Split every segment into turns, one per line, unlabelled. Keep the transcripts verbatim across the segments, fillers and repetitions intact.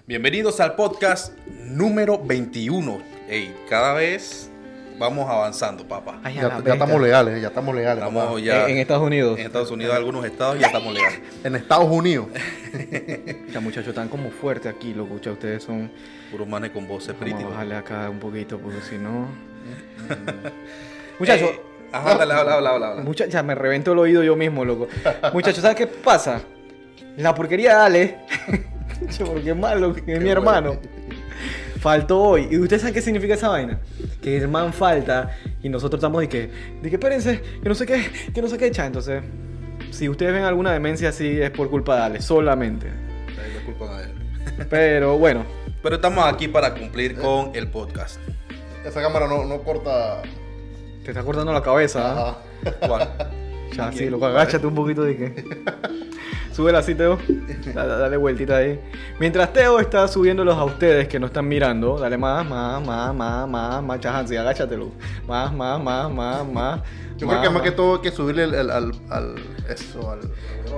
Bienvenidos al podcast número veintiuno. Ey, cada vez vamos avanzando, papá.
Ay,
Ya, ya estamos legales, ya estamos legales.
Estamos
papá.
ya
En, en Estados Unidos.
en Estados Unidos, algunos estados ya estamos legales.
En Estados Unidos.
Ya, muchachos, están como fuertes aquí, loco. Ya ustedes son.
Puros manes con voces
Vamos
pretty.
a bajarle acá un poquito, porque si no. Muchachos.
Eh, ajá, dale, habla, habla, habla, habla.
Mucha- ya me reventó el oído yo mismo, loco. Muchachos, ¿sabes qué pasa? La porquería de Ale, che, porque es malo, que es mi hermano, faltó hoy. ¿Y ustedes saben qué significa esa vaina? Que el man falta y nosotros estamos de que, de que espérense, que no sé qué, que no sé qué, cha. Entonces, si ustedes ven alguna demencia así, es por culpa de Ale, solamente.
Ahí le culpan a él.
Pero bueno,
Pero estamos aquí para cumplir con el podcast.
Esa cámara no, no corta.
te está cortando la cabeza, ¿ah?
Ajá.
¿Cuál?
Ya, sí, loco, agáchate un poquito de que. Súbela así, Teo. Dale, dale vueltita ahí. Mientras Teo está subiéndolos a ustedes que no están mirando, dale más, más, más, más, más, más, chajan, sí, agáchatelo. Más, más, más, más, más.
Yo creo que más que todo hay que subirle el, el- al, al. Eso, al.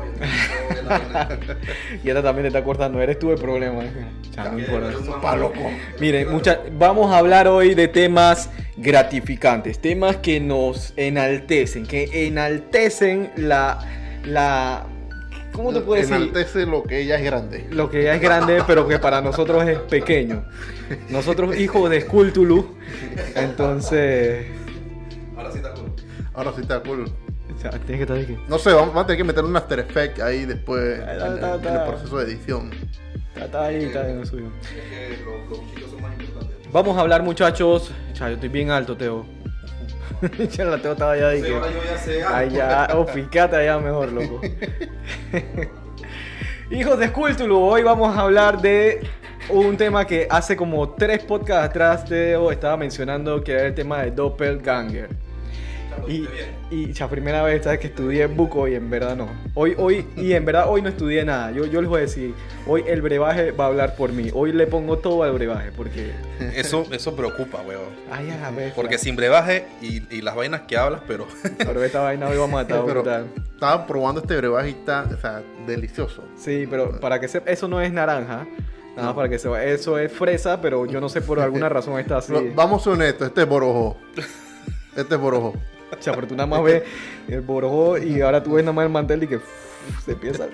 Y esta también te está cortando, eres tú el problema. eh. Ya, no importa.
Pa' loco.
Miren, mucha- vamos a hablar hoy de temas gratificantes, temas que nos enaltecen, que enaltecen la, la, ¿cómo te puedo decir?
Enaltece lo que ella es grande.
Lo que ya es grande, pero que para nosotros es pequeño. Nosotros, hijos de Skulltulu, entonces,
Ahora sí está cool.
Ahora sí está cool.
o sea, tienes que estar aquí.
No sé, vamos, vamos a tener que meter un After Effects ahí después en,
Ta,
el-
ta,
en
ta.
el proceso de edición.
Está, está ahí, está en el suyo.
Es que los, los chicos son más importantes.
Vamos a hablar, muchachos. Ya, yo estoy bien alto, Teo. Ya la Teo estaba allá ahí.
Sí,
que-
ahora yo ya sé algo.
Allá, o fíjate allá mejor, loco. Hijos de Skulltulu, hoy vamos a hablar de un tema que hace como tres podcasts atrás Teo estaba mencionando, que era el tema de Doppelganger. Y, y la primera vez ¿sabes? Que estudié buco y en verdad no. Hoy, hoy, y en verdad hoy no estudié nada. Yo, yo les voy a decir, hoy el brebaje va a hablar por mí. Hoy le pongo todo al brebaje porque...
Eso, eso preocupa, weón.
Ay, a ver.
Porque sin brebaje y, y las vainas que hablas, pero
Pero esta vaina hoy vamos a estar
Pero
brutal.
estaba probando este brebaje y está, o sea, delicioso.
Sí, pero para que sepa, eso no es naranja. Nada más
No.
para que sepa. Eso es fresa, pero yo no sé por alguna razón está así.
Pero Vamos a ser honestos, este es borojo. Este es borojo.
O sea, pero tú nada más ves el borojó y ahora tú ves nada más el mantel y que uff, se empieza.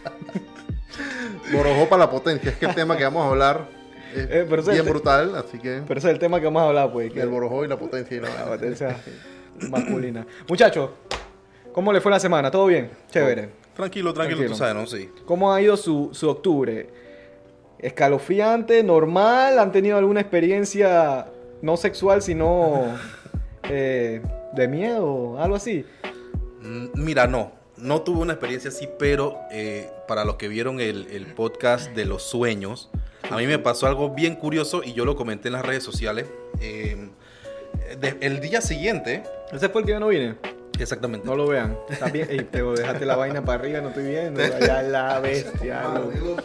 Borojo para la potencia. Es que el tema que vamos a hablar es
Eh, pero ese
bien
es el-
brutal, así que
Pero ese es el tema que vamos a hablar, pues. Que
el borojo y la potencia y la
la potencia masculina. Muchachos, ¿cómo le fue la semana? ¿Todo bien? Chévere.
tranquilo, tranquilo,
Tranquilo.
tú sabes, ¿no? Sí.
¿Cómo ha ido su, su octubre? ¿Escalofriante? ¿Normal? ¿Han tenido alguna experiencia no sexual, sino eh, de miedo? ¿Algo así?
Mm, Mira, no, no tuve una experiencia así, pero eh, para los que vieron el, el podcast de los sueños, a mí me pasó algo bien curioso y yo lo comenté en las redes sociales. Eh, de- el día siguiente,
Ese fue el que yo no vine.
exactamente.
No lo vean. Está bien. Ey, Teo, déjate la vaina para arriba, no estoy viendo. Allá la bestia. loco.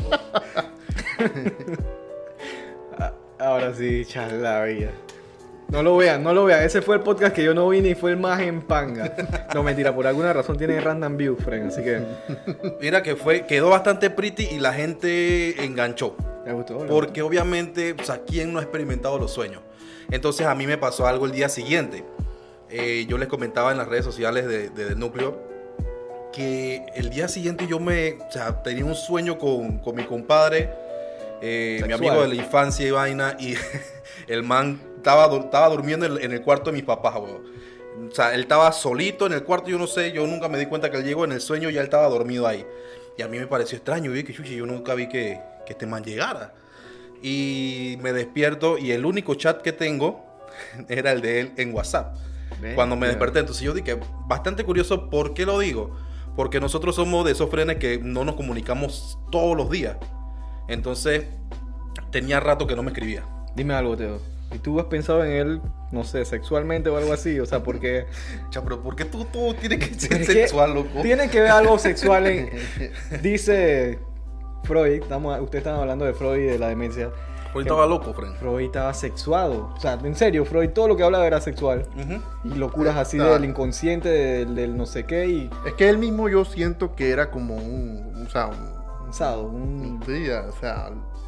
Ah, Ahora sí, chala vida. No lo vean, no lo vean. Ese fue el podcast que yo no vine y fue el más en panga. No, mentira, por alguna razón tiene random view, friend. Así que.
Mira que fue, quedó bastante pretty y la gente enganchó.
¿Te gustó? ¿Le
Porque obviamente, o sea, ¿quién no ha experimentado los sueños? Entonces a mí me pasó algo el día siguiente. Eh, yo les comentaba en las redes sociales de, de, de Núcleo que el día siguiente yo me, o sea, tenía un sueño con, con mi compadre, eh, mi
Sexual.
amigo de la infancia y vaina, y el man estaba, dur- estaba durmiendo en el, en el cuarto de mis papás, weón. O sea, él estaba solito en el cuarto, yo no sé, yo nunca me di cuenta que él llegó en el sueño y ya él estaba dormido ahí. Y a mí me pareció extraño, yo dije, chuchi, yo nunca vi que, que este man llegara. Y me despierto y el único chat que tengo era el de él en WhatsApp.
Bestia.
Cuando me desperté, entonces yo dije, bastante curioso, ¿por qué lo digo? Porque nosotros somos de esos frenes que no nos comunicamos todos los días. Entonces, tenía rato que no me escribía.
Dime algo, Teo. ¿Y tú has pensado en él, no sé, sexualmente o algo así? O sea, porque.
Cha, pero ¿por qué tú, tú tienes que ser
Es que
sexual, loco?
Tiene que ver algo sexual en. Dice Freud, estamos, ustedes están hablando de Freud y de la demencia.
Freud estaba loco, friend.
Freud estaba sexuado. O sea, en serio, Freud todo lo que hablaba era sexual.
Ujú.
Y locuras así
Está.
del inconsciente, del, del no sé qué, y
es que él mismo yo siento que era como un, o sea, un,
un sado, un...
un día, o sea,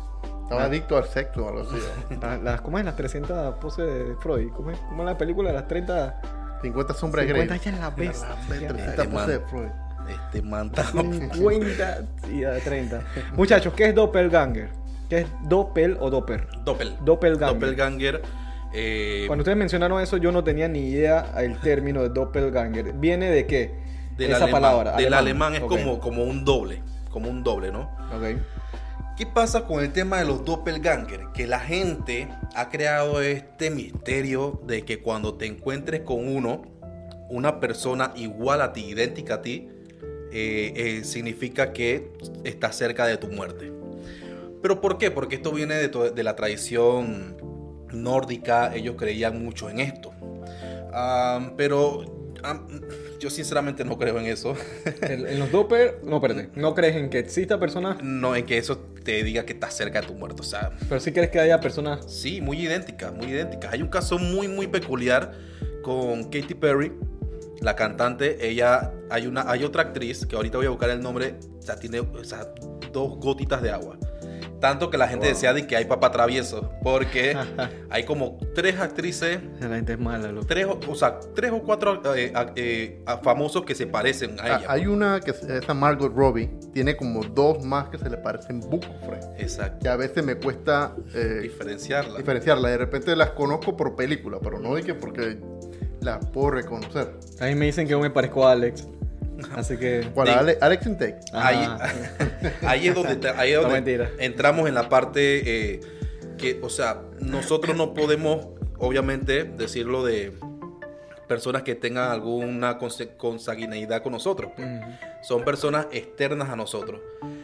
Estaba
Ah.
adicto al sexo o algo así.
La- las, ¿Cómo es? Las trescientas poses de Freud. ¿Cómo es, ¿Cómo es la película de las treinta?
cincuenta sombras de Grey.
cincuenta ya es la bestia.
trescientas
Este
poses de
man.
Freud.
Este man está-
cincuenta y a treinta. Muchachos, ¿qué es doppelganger? ¿Qué es doppel o dopper?
Doppel.
Doppelganger.
Doppelganger. eh,
Cuando ustedes mencionaron eso, yo no tenía ni idea el término de doppelganger. ¿Viene de qué?
del
Esa
alemán,
palabra.
Del alemán, es
Ok.
como, como un doble. Como un doble, ¿no?
Ok.
¿Qué pasa con el tema de los doppelganger? Que la gente ha creado este misterio de que cuando te encuentres con uno, una persona igual a ti, idéntica a ti, eh, eh, significa que estás cerca de tu muerte. ¿Pero por qué? Porque esto viene de, to- de la tradición nórdica, ellos creían mucho en esto. Ah, pero ah, yo sinceramente no creo en eso.
En, en los doppel, no, perdón. No crees en que exista personas,
No en que eso te diga que estás cerca de tu muerte. O sea,
pero sí crees que haya personas.
sí, muy idénticas, muy idénticas. Hay un caso muy, muy peculiar con Katy Perry, la cantante. Ella, hay una, hay otra actriz que ahorita voy a buscar el nombre. O sea, tiene, o sea, dos gotitas de agua. Tanto que la gente
Wow.
decía de que hay papá travieso, porque hay como tres actrices,
La gente es mala, loco.
tres, o o sea, tres o cuatro eh, a- eh, a- famosos que se parecen a
Ah,
ella.
hay una que es esa Margot Robbie. Tiene como dos más que se le parecen buco, Fred.
Exacto.
Que a veces me cuesta eh,
Diferenciarla.
diferenciarla. De repente las conozco por película, pero no de que porque las puedo reconocer.
A mí me dicen que yo me parezco a Alex. Así que.
¿Cuál?
Digo-
Ale- Alex Intake.
Ahí,
Ajá.
ahí es donde, te- ahí es
No,
donde
mentira.
entramos en la parte eh, que, o sea, nosotros no podemos, obviamente, decirlo de personas que tengan alguna conse- consanguinidad con nosotros. pues.
Ujú.
Son personas externas a nosotros.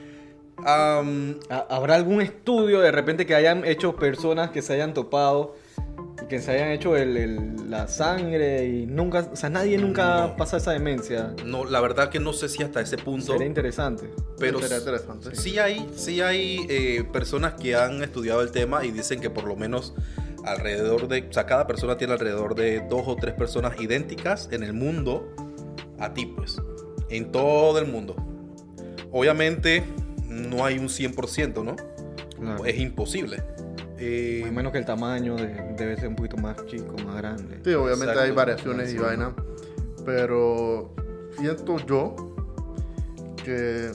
Am,
¿Ha- ¿Habrá algún estudio de repente que hayan hecho personas que se hayan topado y que se hayan hecho el- el- la sangre y nunca, o sea, nadie nunca
No.
pasa esa demencia?
no, la verdad que no sé si hasta ese punto,
Sería interesante.
pero
Sería interesante.
sí hay, sí hay eh, personas que han estudiado el tema y dicen que por lo menos alrededor de, o sea, cada persona tiene alrededor de dos o tres personas idénticas en el mundo a ti, pues, en todo el mundo. Obviamente no hay un cien por ciento, ¿no?
Claro.
Es imposible. Eh,
Más menos que el tamaño de- debe ser un poquito más chico, más grande.
Sí, obviamente
Exacto.
hay variaciones y
Sí.
vainas. Pero siento yo que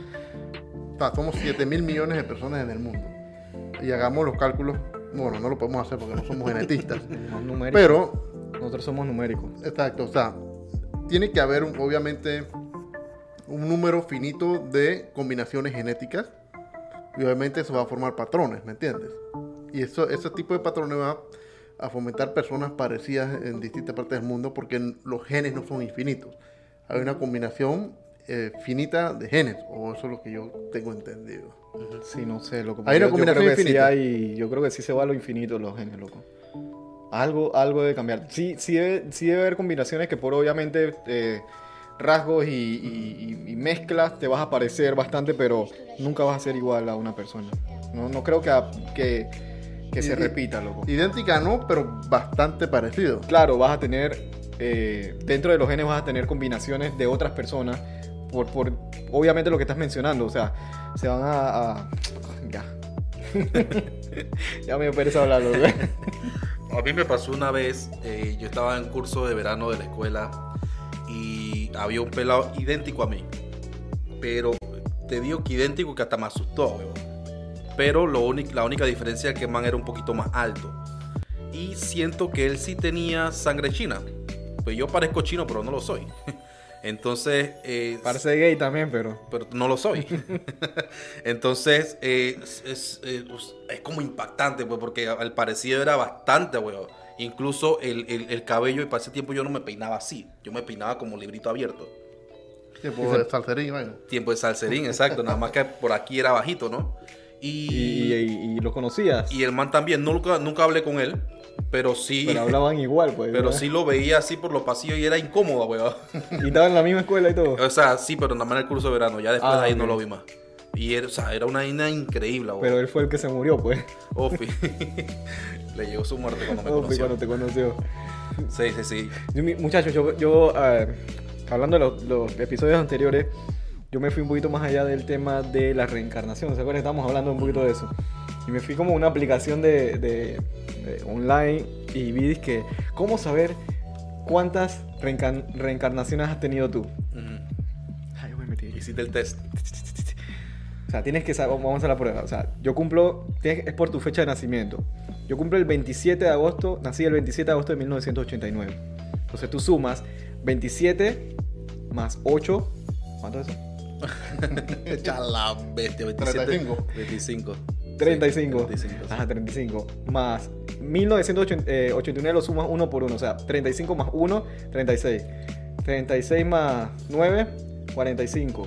o sea, somos siete mil millones de personas en el mundo. Y hagamos los cálculos. Bueno, no lo podemos hacer porque no somos genetistas.
Más numérico.
Pero,
Nosotros somos numéricos.
exacto, o sea, tiene que haber un- obviamente un número finito de combinaciones genéticas. Y obviamente eso va a formar patrones, ¿me entiendes? Y eso, ese tipo de patrones va a fomentar personas parecidas en distintas partes del mundo porque los genes no son infinitos. Hay una combinación eh, finita de genes, o eso es lo que yo tengo entendido.
Sí, no sé, loco.
Hay una
Yo- yo
combinación
creo que sí
infinita.
hay- yo creo que sí se va a lo infinito los genes, loco. Algo, algo debe cambiar. Sí, sí debe, sí debe haber combinaciones que por obviamente eh, rasgos y, y- y- y mezclas te vas a parecer bastante, pero nunca vas a ser igual a una persona. No, no creo que, a- que, que se
Y-
repita, loco.
Idéntica no, pero bastante parecido.
Claro, vas a tener, eh, dentro de los genes vas a tener combinaciones de otras personas por, por obviamente lo que estás mencionando, o sea, se van a... a- ya. Ya me dio pereza hablarlo, güey.
A mí me pasó una vez, eh, yo estaba en curso de verano de la escuela y había un pelado idéntico a mí. Pero te digo que idéntico que hasta me asustó, weón. Pero lo único, la única diferencia es que el man era un poquito más alto. Y siento que él sí tenía sangre china. Pues yo parezco chino, pero no lo soy. Entonces, eh,
Parece gay también, pero...
pero no lo soy. Entonces, eh, es, es, eh, es como impactante, pues, porque el parecido era bastante, weón. Incluso el, el, el cabello, y para ese tiempo yo no me peinaba así. Yo me peinaba como librito abierto.
Tipo de salserín, bueno.
Tiempo de salserín, exacto. Nada más que por aquí era bajito, ¿no?
Y,
Y,
y- y lo conocías,
y el man también, nunca, nunca hablé con él, pero sí...
pero hablaban igual, pues.
pero
¿verdad?
sí lo veía así por los pasillos y era incómodo, weón.
Y estaban en la misma escuela y todo.
O sea, sí, pero nada más en el curso de verano. Ya después
Ah,
de ahí
ok.
no lo vi más. Y era, o sea, era una vaina increíble, weón.
Pero él fue el que se murió, pues.
Ofi. Le llegó su muerte cuando me
Oh,
conoció.
cuando te conoció.
Sí, sí, sí.
Yo, mi- muchachos, yo, yo eh, hablando de los, los episodios anteriores, yo me fui un poquito más allá del tema de la reencarnación. ¿Se acuerdan? Estábamos hablando un poquito de eso. Y me fui como a una aplicación de, de, de online y vi que cómo saber cuántas reencar- reencarnaciones has tenido tú.
Ujú.
Ay, yo me metí.
Hiciste el test.
O sea, tienes que saber, vamos a hacer la prueba. O sea, yo cumplo, tienes- es por tu fecha de nacimiento. Yo cumplo el veintisiete de agosto, nací el veintisiete de agosto de mil novecientos ochenta y nueve. Entonces tú sumas veintisiete más ocho, ¿cuánto es eso?
Echa la bestia, veintisiete.
treinta y cinco.
veinticinco.
treinta y cinco.
Sí, treinta y cinco, sí.
Ajá, treinta y cinco. Más mil novecientos ochenta y nueve lo sumas uno por uno. O sea, treinta y cinco más uno, treinta y seis. treinta y seis más nueve, cuarenta y cinco.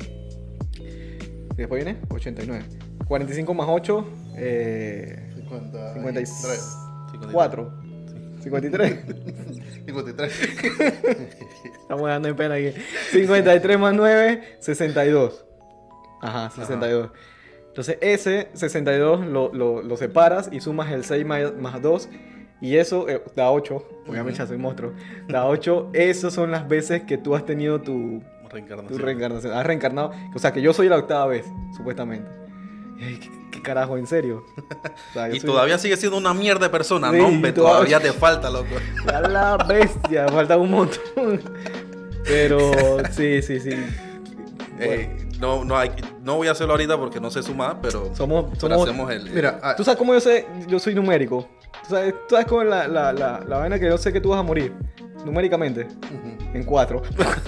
¿Y después viene? ochenta y nueve. cuarenta y cinco más ocho, eh,
cincuenta y
cincuenta y
tres.
cuatro. cincuenta y tres.
cincuenta y tres.
Estamos dando en pena aquí. cincuenta y tres más nueve, sesenta y dos. Ajá, sesenta y dos. Entonces ese sesenta y dos lo, lo, lo separas y sumas el seis más, más dos. Y eso eh, da ocho. Obviamente ya soy monstruo. Da ocho. Esas son las veces que tú has tenido tu,
Reencarnación.
tu reencarnación. Has reencarnado. O sea, que yo soy la octava vez, supuestamente. Ay, ¿Qué, qué carajo? ¿En serio? O sea, yo
Y
soy-
todavía sigue siendo una mierda de persona.
Sí,
No, hombre,
todavía-
todavía te falta, loco.
A la bestia, falta un montón. Pero sí, sí, sí.
Eh, no, no, hay, no voy a hacerlo ahorita porque no sé sumar, pero,
Somos-
pero
somos-
hacemos el...
Mira, ah,
¿Tú sabes cómo yo sé? Yo soy numérico. ¿Tú sabes, tú sabes cómo es la, la, la, la vaina que yo sé que tú vas a morir? Numéricamente.
ujú.
En cuatro.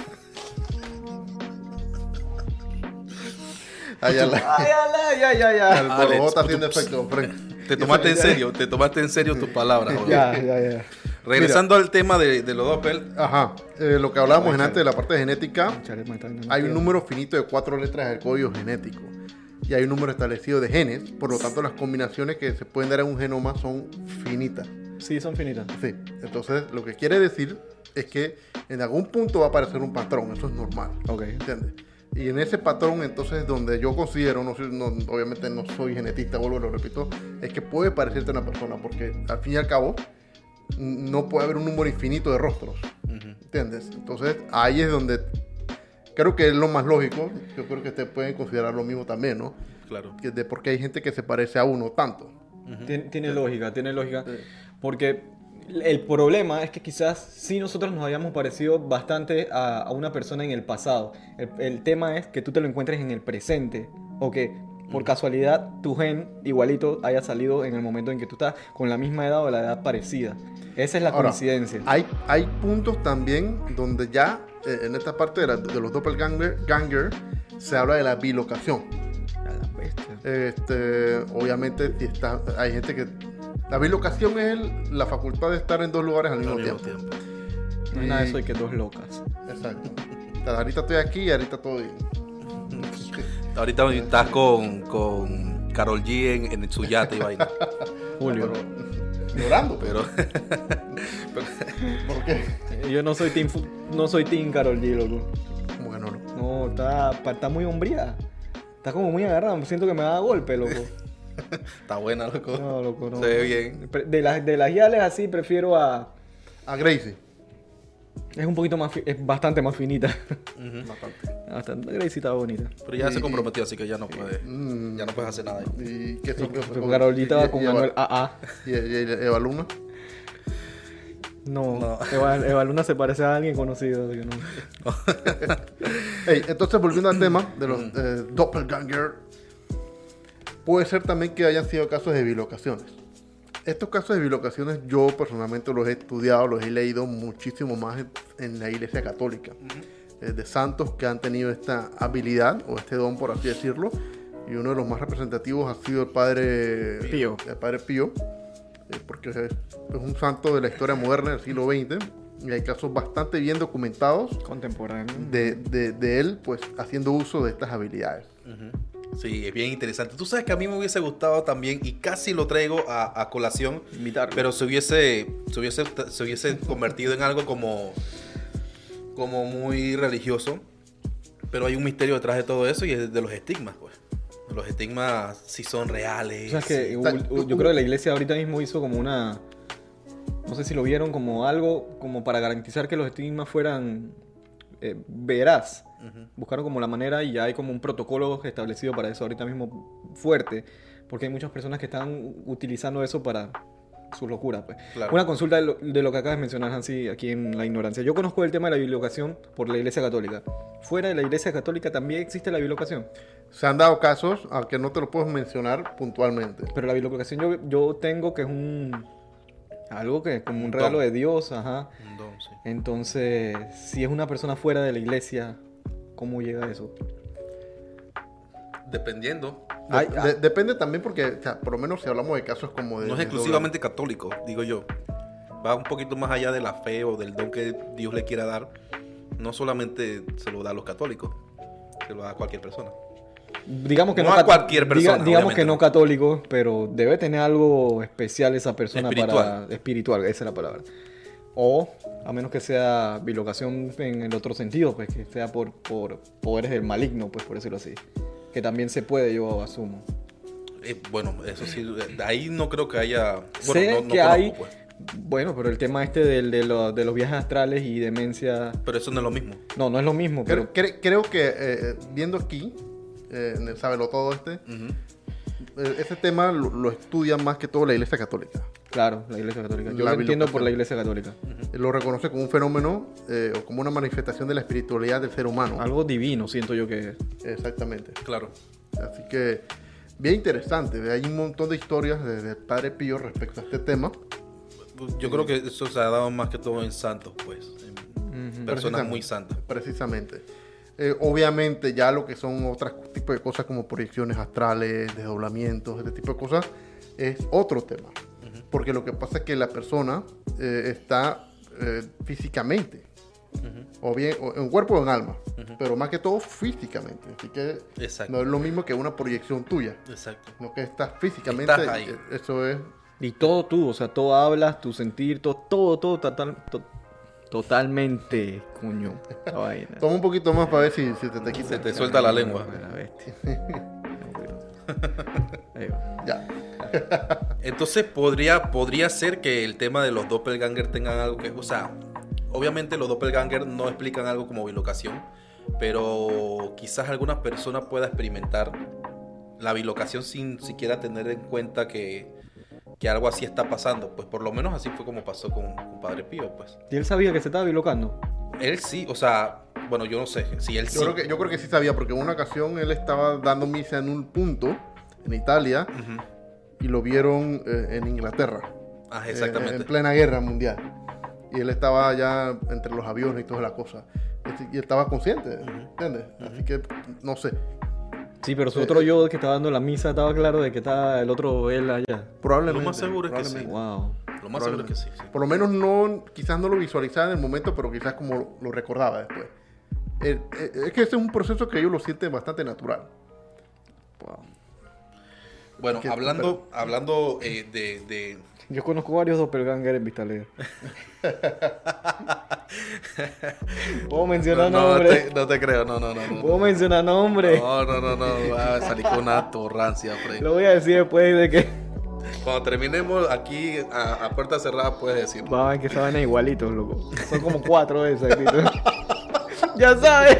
Ay, ya la-
Ay, ay, ay, ay, ay.
el
Alex,
borobó está
tú-
haciendo
tú-
efecto, Frank.
Te tomaste en serio, te tomaste en serio tus palabras. joder.
Ya, ya, ya.
Regresando al tema de, de los Doppel,
Ajá, eh, lo que hablábamos
Ay,
en antes de la parte de genética,
Chale, me está dando
hay un
tiempo.
número finito de cuatro letras del código genético y hay un número establecido de genes, por lo tanto las combinaciones que se pueden dar en un genoma son finitas.
Sí, son finitas.
Sí, entonces lo que quiere decir es que en algún punto va a aparecer un patrón, eso es normal,
Ok.
¿entiendes? Y en ese patrón, entonces, donde yo considero, no, soy- no- obviamente no soy genetista, vuelvo y lo repito, es que puede parecerte una persona, porque al fin y al cabo n- no puede haber un número infinito de rostros,
ujú,
¿entiendes? Entonces ahí es donde creo que es lo más lógico, yo creo que ustedes pueden considerar lo mismo también, ¿no?
claro.
Que de por qué hay gente que se parece a uno tanto.
Tiene, tiene lógica, tiene lógica.
Sí.
Porque el problema es que quizás sí nosotros nos hayamos parecido bastante a, a una persona en el pasado. El, el tema es que tú te lo encuentres en el presente. O que por casualidad tu gen igualito haya salido en el momento en que tú estás con la misma edad o la edad parecida. Esa es la
Ahora,
coincidencia.
Hay, hay puntos también donde ya eh, en esta parte de, la- de los doppelganger ganger, se habla de la bilocación.
A la bestia.
Este, obviamente, si está, hay gente que... La bilocación es el- la facultad de estar en dos lugares al mismo,
Al mismo
tiempo.
tiempo.
No hay nada de
Y-
eso y que dos locas.
Exacto. O sea, ahorita estoy aquí y ahorita todo bien.
Ahorita estás con, con Karol G en, en su yate y vaina.
Julio.
Pero, llorando, pero...
Pero
¿Por qué?
Yo no soy team, fu- no soy team Karol G, loco.
Como que no, no.
No, está, está muy hombría. Está como muy agarrado. Siento que me da golpe, loco.
está buena, loco.
No, loco, no.
Se ve bien.
Pre- De las, de las yales así prefiero a...
A Gracie.
Es un poquito más... fi- Es bastante más finita.
Ujú.
Bastante.
Bastante Gracie está bonita.
Pero ya
Y-
se comprometió, así que ya no puede,
Mm.
ya no puedes hacer nada ahí.
¿Y qué
Sí,
son?
pero Karol G estaba con Manuel A A.
¿Y, y, y Eva Luna?
No,
No.
Eva, Eva Luna se parece a alguien conocido. así que no.
Hey, entonces, volviendo al tema de los eh, doppelganger, puede ser también que hayan sido casos de bilocaciones. Estos casos de bilocaciones yo personalmente los he estudiado, los he leído muchísimo más en, en la Iglesia Católica. Eh, de santos que han tenido esta habilidad o este don, por así decirlo. Y uno de los más representativos ha sido el Padre
Pío.
El Padre Pío, eh, porque es, es un santo de la historia moderna del siglo veinte. Y hay casos bastante bien documentados
Contemporáneo.
de, de, de él, pues, haciendo uso de estas habilidades.
Ujú. Sí, es bien interesante. Tú sabes que a mí me hubiese gustado también, y casi lo traigo a, a colación,
Invitarlo.
pero se hubiese, se hubiese, se hubiese convertido en algo como, como muy religioso. Pero hay un misterio detrás de todo eso y es de los estigmas, pues. Los estigmas sí son reales.
O sea, es que
sí.
u- u- yo creo que la iglesia ahorita mismo hizo como una... No sé si lo vieron como algo como para garantizar que los estigmas fueran eh, veraz.
Ujú.
Buscaron como la manera y ya hay como un protocolo establecido para eso ahorita mismo fuerte porque hay muchas personas que están utilizando eso para sus locuras. Pues.
Claro.
Una consulta de lo, de lo que acabas de mencionar, Hansi, aquí en La Ignorancia. Yo conozco el tema de la bilocación por la Iglesia Católica. ¿Fuera de la Iglesia Católica también existe la bilocación?
Se han dado casos, aunque no te lo puedo mencionar puntualmente.
Pero la bilocación yo, yo tengo que es un... algo que es como un
Un
regalo
don.
de Dios, ajá.
Un don, sí.
Entonces, si es una persona fuera de la iglesia, ¿cómo llega a eso?
Dependiendo.
De-
Ay,
de-
ah.
Depende también porque, o sea, por lo menos si hablamos de casos como de...
No es
de
exclusivamente católico, digo yo. Va un poquito más allá de la fe o del don que Dios le quiera dar. No solamente se lo da a los católicos, se lo da a cualquier persona.
Digamos que
No
no,
a
cat-
cualquier persona,
diga- digamos
obviamente
que no
no.
católico, pero debe tener algo especial esa persona
Espiritual.
para espiritual, esa es la palabra. O a menos que sea bilocación en el otro sentido, pues que sea por, por poderes del maligno, pues por decirlo así. Que también se puede, yo asumo.
Eh, bueno, eso sí, de ahí no creo que haya... Bueno,
sé
no, no
que
conozco,
hay,
pues.
bueno, pero el tema este del- de, lo- de los viajes astrales y demencia,
Pero eso no es lo mismo.
no, no es lo mismo, pero
Creo, cre- creo que eh, viendo aquí, eh, en el Sábelo Todo este,
Ujú.
eh, ese tema lo, lo estudia más que todo la Iglesia Católica.
claro, la iglesia católica. Yo
La
lo entiendo por
bilocación.
la iglesia católica.
Lo reconoce como un fenómeno eh, o como una manifestación de la espiritualidad del ser humano.
Algo divino, siento yo que es.
Exactamente.
Claro.
Así que, bien interesante. Hay un montón de historias de, de Padre Pío respecto a este tema.
Yo creo que eso se ha dado más que todo en santos, pues. En
Ujú.
personas muy santas.
Precisamente. Eh, obviamente ya lo que son otros tipos de cosas como proyecciones astrales, desdoblamientos, este tipo de cosas, es otro tema. Porque lo que pasa es que la persona eh, está eh, físicamente, o bien o en cuerpo o en alma, pero más que todo físicamente. Así que
Exacto.
no es lo mismo que una proyección tuya,
Exacto.
sino que estás físicamente.
Estás ahí.
eh, Eso es.
Y todo tú, o sea, todo hablas, tu sentir, todo, todo, todo, total, to- totalmente, coño, esa vaina.
Toma un poquito más para ver si, si te, te quita.
Se te suelta la lengua.
La bestia. Ahí va.
Ya.
Entonces podría, podría ser que el tema de los doppelganger tengan algo que... O sea, obviamente los doppelganger no explican algo como bilocación, pero quizás alguna persona pueda experimentar la bilocación sin siquiera tener en cuenta que, que algo así está pasando. Pues por lo menos así fue como pasó con, con Padre Pío, pues.
¿Y él sabía que se estaba bilocando?
Él sí, o sea, bueno, yo no sé si él sí.
Yo, creo que, yo creo que sí sabía, porque en una ocasión él estaba dando misa en un punto, en Italia,
Ujú.
y lo vieron eh, en Inglaterra.
Ah,
eh,
exactamente.
en plena guerra mundial. Y él estaba allá entre los aviones y toda la cosa. Y él estaba consciente, ¿entiendes? Así que, no sé.
Sí, pero su otro yo que estaba dando la misa estaba claro de que estaba el otro él allá.
Probablemente.
Lo más seguro es que sí.
probablemente.
Wow.
Lo más seguro es que sí, sí.
Por lo menos no, quizás no lo visualizaba en el momento, pero quizás como lo, lo recordaba después. Eh, eh, es que ese es un proceso que ellos lo sienten bastante natural.
Wow.
Bueno,
Que-
hablando, hablando eh, de, de...
Yo conozco varios doppelganger en Vista Alegre. ¿Puedo mencionar
no,
nombres?
te, no te creo, no, no, no. no.
¿Puedo mencionar nombres?
No, no, no, no, va a salir con una torrancia, Frey.
Lo voy a decir después de que...
Cuando terminemos aquí a, a puerta cerrada puedes decirlo.
Va a ver que esa vaina es igualito, loco. Son como cuatro de esas. Ya sabes.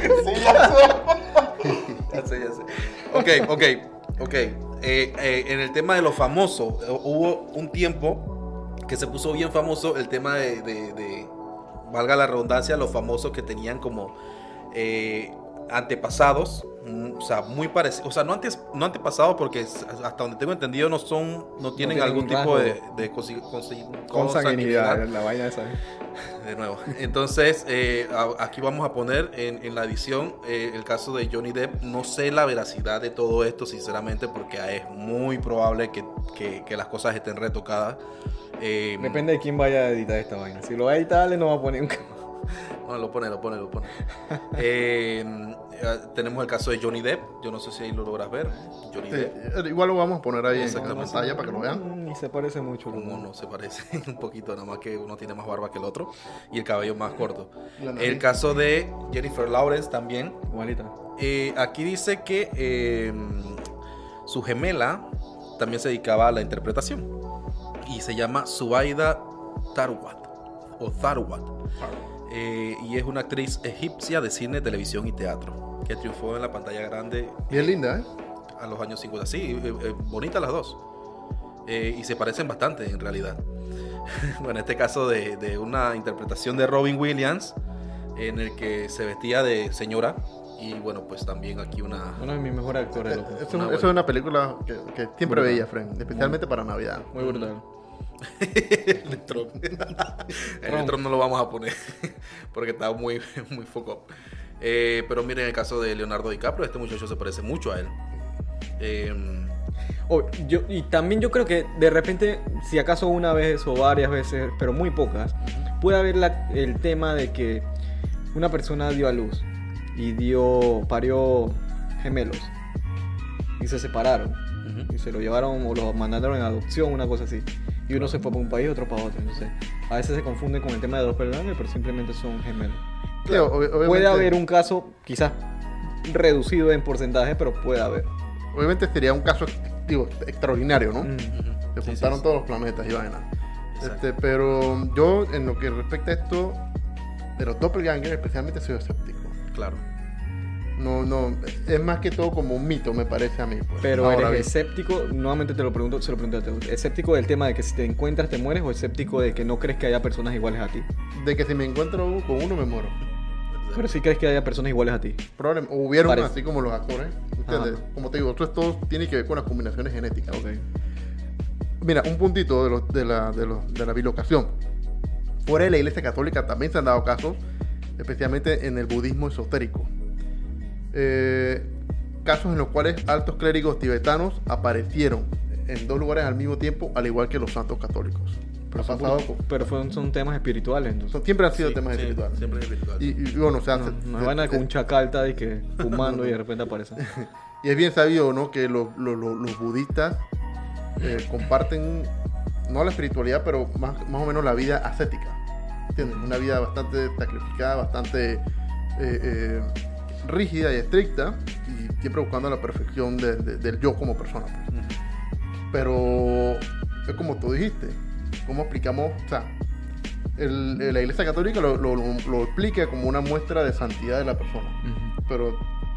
Ya sé, ya sé. Ok, ok, ok. Eh, eh, en el tema de los famosos, eh, hubo un tiempo que se puso bien famoso el tema de, de- de, valga la redundancia, los famosos que tenían como eh, antepasados, mm, o sea, muy parecidos, o sea, no, antes, no antepasados porque s- hasta donde tengo entendido no son, no tienen
tienen
algún
un
tipo
rasgo.
de, de consi- consi-
Consanguinidad, la vaina esa.
de nuevo. Entonces, eh, a- aquí vamos a poner en, en la edición eh, el caso de Johnny Depp. No sé la veracidad de todo esto, sinceramente, porque es muy probable que, que- que las cosas estén retocadas. Eh,
Depende de quién vaya a editar esta vaina. Si lo va a editar, le no va a poner un...
No, lo pone, lo pone, lo pone. Eh, eh, tenemos el caso de Johnny Depp. Yo no sé si ahí lo logras ver. Johnny
Sí,
Depp.
eh, igual lo vamos a poner ahí en
Exactamente.
pantalla para que lo vean.
Ni se parece mucho.
Como no se parece un poquito, nada más que uno tiene más barba que el otro y el cabello más corto.
La nariz.
El caso de Jennifer Lawrence también.
Igualita.
Eh, aquí dice que eh, su gemela también se dedicaba a la interpretación y se llama Zubaida Tharwat o Tharwat. Eh, y es una actriz egipcia de cine, televisión y teatro que triunfó en la pantalla grande.
Bien linda, ¿eh?
A los años cincuenta, sí, eh, eh, bonitas las dos. Eh, y se parecen bastante en realidad. Bueno, en este caso de, de una interpretación de Robin Williams, en el que se vestía de señora. Y bueno, pues también aquí una...
Uno de mis mejores actores, loco.
Eso,
Una
eso es una película que, que siempre
Brutal.
veía, Fren, especialmente para Navidad.
Muy brutal.
el Tron. El Tron no lo vamos a poner porque está muy, muy foco. Eh, pero miren el caso de Leonardo DiCaprio, este muchacho se parece mucho a él. Eh,
Oh, yo, y también yo creo que de repente, si acaso una vez o varias veces, pero muy pocas, puede haber la- el tema de que una persona dio a luz y dio, parió gemelos y se separaron
ujú.
y se lo llevaron o lo mandaron en adopción, una cosa así. Y uno se fue para un país y otro para otro. Entonces, a veces se confunde con el tema de doppelganger, pero simplemente son gemelos.
Sí, ob- obviamente-
Puede haber un caso, quizás reducido en porcentaje, pero puede haber.
Obviamente sería un caso digo, extraordinario, ¿no?
Mm.
Se
Sí,
juntaron
sí,
todos los planetas y vaina.
Exacto.
Este, pero yo, en lo que respecta a esto de los doppelgangers, especialmente soy escéptico.
Claro.
No, no, es más que todo como un mito, me parece a mí. Pues.
Pero
Ahora
eres
bien,
escéptico, nuevamente te lo pregunto, se lo pregunto a ti. ¿Escéptico del tema de que si te encuentras te mueres o escéptico de que no crees que haya personas iguales a ti?
de que si me encuentro con uno me muero.
Pero sí crees que haya personas iguales a ti.
Probablemente, o hubieron
Parece.
así como los actores, ¿entiendes?
Ajá.
Como te digo, esto, esto tiene que ver con las combinaciones genéticas.
Ok.
Mira, un puntito de, los- de, la, de, los- de la bilocación. Fuera de la Iglesia Católica también se han dado casos, especialmente en el budismo esotérico. Eh, casos en los cuales altos clérigos tibetanos aparecieron en dos lugares al mismo tiempo, al igual que los santos católicos.
Pero,
Ha
son,
pasado
puros-
con-
pero fueron- son temas espirituales, entonces.
son- siempre han sido
Sí,
temas
sí,
espirituales.
Siempre es espiritual.
Y, y, bueno, o sea,
No,
se-
no
se-
van a
se-
con un chacalta y que fumando y de repente aparece.
y es bien sabido, ¿no? Que los, los- los- los budistas eh, comparten, no la espiritualidad, pero más, más o menos la vida ascética. ¿Entiendes? Una vida bastante sacrificada, bastante eh, eh, rígida y estricta, y siempre buscando la perfección de- de- del yo como persona. pues.
Ujú.
Pero es como tú dijiste, ¿cómo explicamos? O sea, el- el- la Iglesia Católica lo, lo- lo- lo explica como una muestra de santidad de la persona.
Ujú.
Pero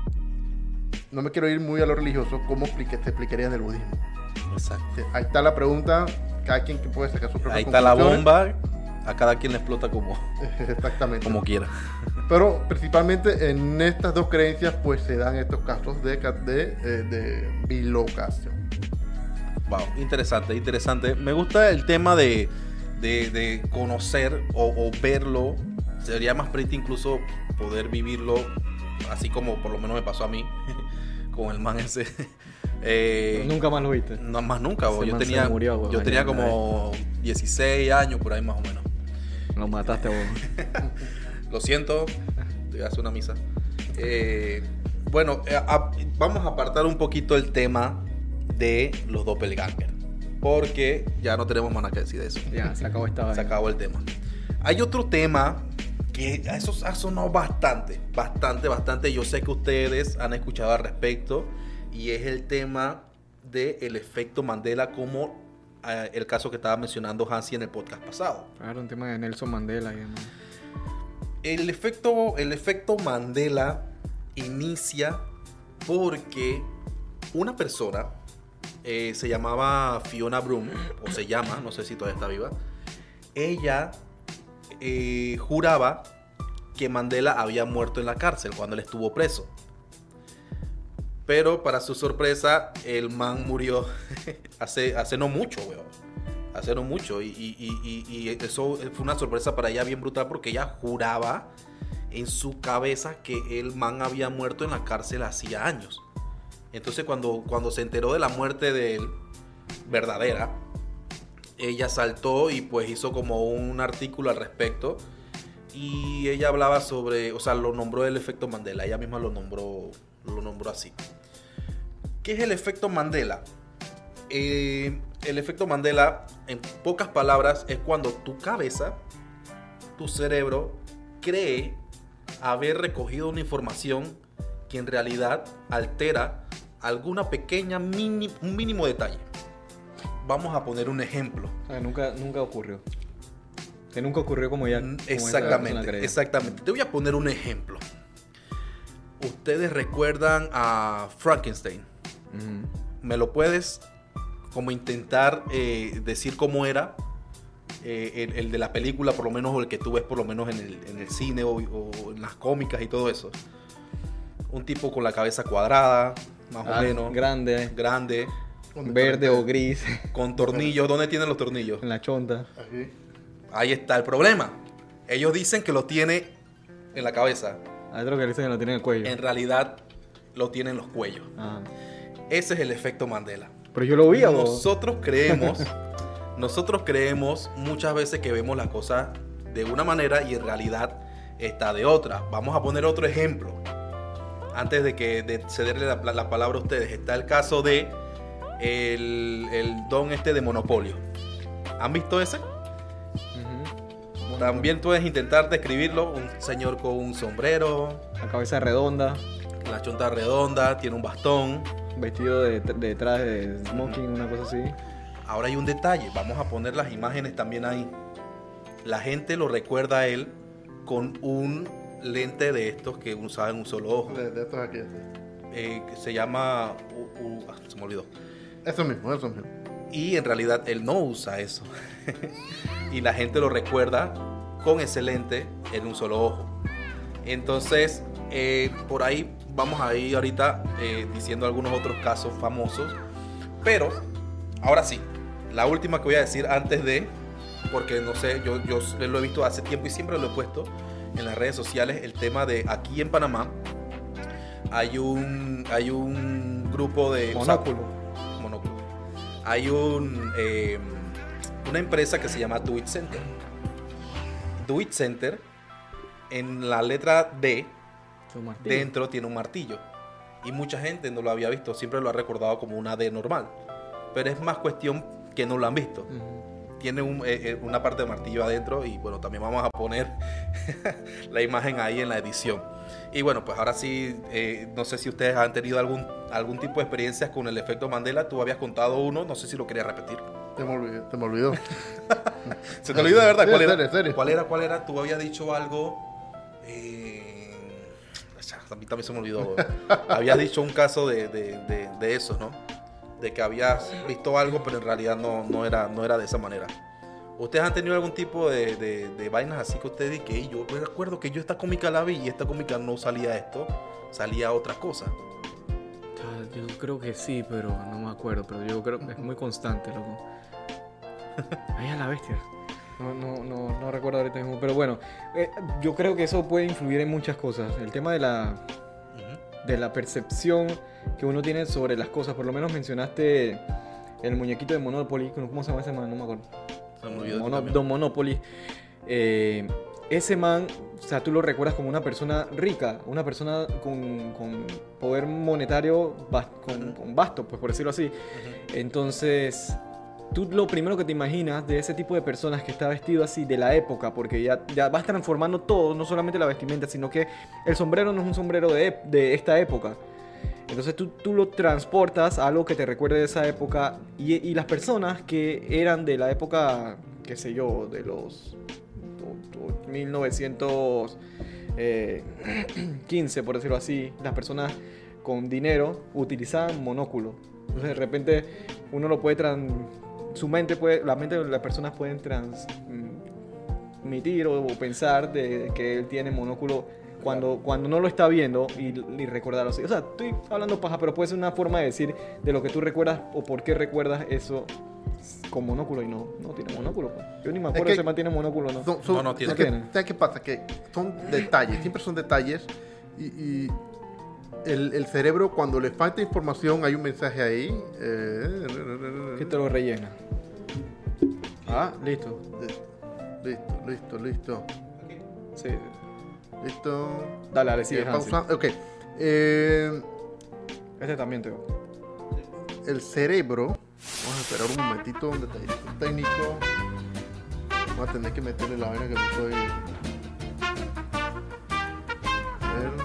no me quiero ir muy a lo religioso, ¿cómo explique- te explicaría en el budismo?
Exacto.
Sí, ahí está la pregunta, cada quien que puede sacar sus propias
Ahí está la
conclusiones.
bomba. A cada quien le explota como,
Exactamente.
como quiera.
Pero principalmente en estas dos creencias, pues se dan estos casos de, ca- de, eh, de bilocación.
Wow, interesante, interesante. Me gusta el tema de, de, de conocer o, o verlo. Sería más pretty incluso poder vivirlo, así como por lo menos me pasó a mí con el man ese. Eh,
Pero nunca más lo viste.
no más nunca, bo.
Ese
yo
man se
tenía,
murió, bo,
yo tenía
allá en la
como dieciséis años por ahí más o menos.
Lo mataste vos.
Lo siento, te voy a hacer una misa. Eh, bueno, eh, a- vamos a apartar un poquito el tema de los doppelganger, porque ya no tenemos más nada que decir de eso.
Ya, se acabó esta
Se
vaina.
acabó el tema. Hay otro tema que eso ha sonado bastante, bastante, bastante. Yo sé que ustedes han escuchado al respecto, y es el tema del efecto Mandela, como eh, el caso que estaba mencionando Hansi en el podcast pasado.
Claro, un tema de Nelson Mandela y demás.
El efecto, el efecto Mandela inicia porque una persona eh, se llamaba Fiona Broom, o se llama, no sé si todavía está viva. Ella eh, juraba que Mandela había muerto en la cárcel cuando él estuvo preso. Pero para su sorpresa, el man murió hace, hace no mucho, weón. Hace no mucho. Y, y- y- y- y eso fue una sorpresa para ella bien brutal, porque ella juraba en su cabeza que el man había muerto en la cárcel hacía años. Entonces cuando, cuando se enteró de la muerte de él, verdadera, ella saltó y pues hizo como un artículo al respecto. Y ella hablaba sobre, o sea, lo nombró el efecto Mandela. Ella misma lo nombró, lo nombró así. ¿Qué es el efecto Mandela? Eh, el efecto Mandela, en pocas palabras, es cuando tu cabeza, tu cerebro, cree haber recogido una información que en realidad altera alguna pequeña, mini, un mínimo detalle. Vamos a poner un ejemplo.
O sea, nunca, nunca ocurrió. Que nunca ocurrió como ya. como esa persona
Exactamente,
creía.
exactamente. Te voy a poner un ejemplo. Ustedes recuerdan a Frankenstein,
Ujú.
¿Me lo puedes como intentar eh, decir cómo era eh, el, el de la película, por lo menos, o el que tú ves por lo menos en el, en el cine o, o en las cómicas y todo eso? Un tipo con la cabeza cuadrada, más
Ah,
o menos,
grande,
grande,
verde o gris,
con tornillos. ¿Dónde tienen los tornillos?
en la chonta.
Aquí.
Ahí está el problema. Ellos dicen que lo tiene en la cabeza.
Hay otro que dicen que lo tiene en el cuello.
En realidad lo tiene en los cuellos.
Ah.
Ese es el efecto Mandela.
Pero yo lo vi, ¿o?
Nosotros creemos, nosotros creemos muchas veces que vemos las cosas de una manera y en realidad está de otra. Vamos a poner otro ejemplo. Antes de que de cederle la, la palabra a ustedes, está el caso de el, el don este de Monopolio. ¿Han visto ese?
Ujú.
También puedes intentar describirlo. Un señor con un sombrero,
La cabeza redonda,
la chonta redonda, tiene un bastón.
vestido de, de traje de smoking, una cosa así.
Ahora hay un detalle, vamos a poner las imágenes también ahí. La gente lo recuerda a él con un lente de estos que usaba en un solo ojo.
De, de estos aquí. así.
Eh, que se llama... u- u- ah, se me olvidó.
Eso mismo, eso mismo.
Y en realidad él no usa eso. Y la gente lo recuerda con ese lente en un solo ojo. Entonces, eh, por ahí vamos a ir ahorita eh, diciendo algunos otros casos famosos. Pero, ahora sí, la última que voy a decir antes de... Porque no sé, yo, yo lo he visto hace tiempo y siempre lo he puesto en las redes sociales. El tema de aquí en Panamá hay un, hay un grupo de... o sea,
Monóculo.
monóculo. Hay un, eh, una empresa que se llama Do It Center. Do It Center, en la letra D,
Su martillo.
dentro tiene un martillo. Y mucha gente no lo había visto, siempre lo ha recordado como una D normal. Pero es más cuestión que no lo han visto.
Ujú.
Tiene un, eh, eh, una parte de martillo adentro y bueno, también vamos a poner la imagen ahí en la edición. Y bueno, pues ahora sí, eh, no sé si ustedes han tenido algún, algún tipo de experiencias con el efecto Mandela. Tú habías contado uno, no sé si lo querías repetir.
Se me olvidó. Se me olvidó.
¿Se te olvidó de verdad?
Sí,
¿Cuál
en
era?
serio, en serio.
¿Cuál era? ¿Cuál era? Tú habías dicho algo... Eh... A mí también se me olvidó. Habías dicho un caso de, de, de, de eso, ¿no? De que habías visto algo, pero en realidad no, no, era, no era de esa manera. ¿Ustedes han tenido algún tipo de, de, de vainas así que ustedes dicen que yo recuerdo que yo esta cómica la vi y esta cómica no salía esto, salía otra cosa?
Ah, Yo creo que sí, pero no me acuerdo. Pero yo creo que es muy constante, loco. Ahí a la bestia. No, no, no, no recuerdo ahorita mismo. Pero bueno, eh, yo creo que eso puede influir en muchas cosas. El tema de la,
Ujú.
de la percepción que uno tiene sobre las cosas. Por lo menos mencionaste el muñequito de Monopoly. ¿Cómo se llama ese man? No me acuerdo.
Se me olvidó
Mono-
también.
Don Monopoly. Eh, ese man, o sea, tú lo recuerdas como una persona rica, una persona con, con poder monetario bas- con,
Ujú.
con vasto, pues por decirlo así.
Ujú.
Entonces, tú lo primero que te imaginas de ese tipo de personas que está vestido así de la época, porque ya, ya vas transformando todo, no solamente la vestimenta, sino que el sombrero no es un sombrero de, ep- de esta época. Entonces tú, tú lo transportas a algo que te recuerde de esa época y, y las personas que eran de la época, qué sé yo, de los o- o mil novecientos quince, por decirlo así, las personas con dinero utilizaban monóculo. Entonces de repente uno lo puede trans... Su mente puede, la mente de las personas pueden transmitir o, o pensar de que él tiene monóculo cuando, cuando no lo está viendo y, y recordarlo así. O sea, estoy hablando paja, pero puede ser una forma de decir de lo que tú recuerdas o por qué recuerdas eso con monóculo y no, no tiene monóculo. Pues. Yo ni me acuerdo
que
si se mantiene monóculo o no.
Son- son-
No, no tiene.
es que-
No tiene.
¿Sabes qué pasa? Que son detalles, siempre son detalles. Y, y el, el cerebro, cuando le falta información, hay un mensaje ahí. eh,
Que te lo rellena. Ah, listo.
Listo, listo, listo.
Sí.
Listo.
Dale, dale, sigue,
Eh,
Hansi.
pausa. Ok. Eh,
Este también te
el cerebro. Vamos a esperar un momentito, un detallito técnico. Vamos a tener que meterle la vaina que no estoy. A ver.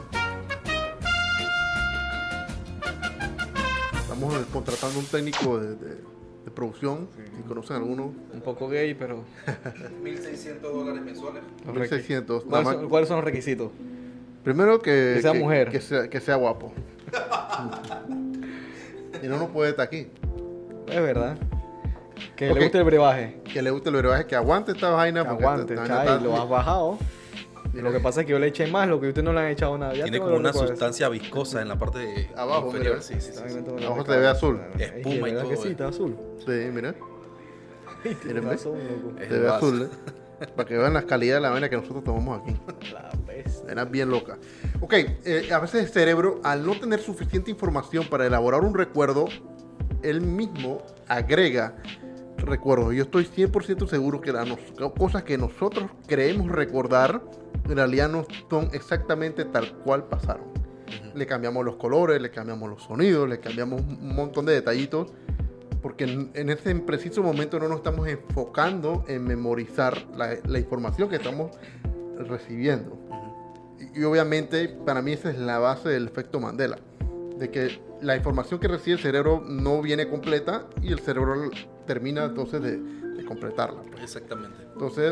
Estamos eh, contratando un técnico de, de- de producción. Si conocen alguno.
un poco gay, pero...
mil seiscientos dólares mensuales.
los
mil
requi-
seiscientos.
¿Cuáles
Nada
son,
más-
cuáles son los requisitos?
Primero que,
Que sea mujer.
Que sea, que sea guapo. Y no nos puede estar aquí.
Es verdad. Que
Ok.
le guste el brebaje.
Que le guste el brebaje, que aguante esta vaina.
Que
porque
aguante,
esta-
chai,
esta vaina
lo
está-
has bajado.
Mira,
Lo que pasa es que yo le eché más, lo que ustedes no le han echado nada. Ya
Tiene
tengo
como
dolor
una
de cabeza.
sustancia viscosa en la parte de-
Abajo,
inferior.
mira.
Sí, sí, sí,
Está
sí.
bien, tengo dolor
Abajo
de
se ve
cabeza.
azul.
Ay,
Espuma y
¿verdad
todo,
que sí,
eh.
está azul.
Sí, mira.
Tienes
Miren, ¿ves?
razón, loco.
Es
Se
el
ve
vaso.
azul, ¿eh? Para que vean la calidad de la vaina que nosotros tomamos aquí.
La bestia.
Era bien loca. Ok, eh, a veces el cerebro, al no tener suficiente información para elaborar un recuerdo, él mismo agrega recuerdos. Yo estoy cien por ciento seguro que las nos- cosas que nosotros creemos recordar, en realidad no son exactamente tal cual pasaron. Le cambiamos los colores, le cambiamos los sonidos, le cambiamos un montón de detallitos, porque en, en ese preciso momento no nos estamos enfocando en memorizar la, la información que estamos recibiendo. Y, y obviamente para mí esa es la base del efecto Mandela, de que la información que recibe el cerebro no viene completa y el cerebro termina entonces de, de completarla.
Exactamente.
Entonces,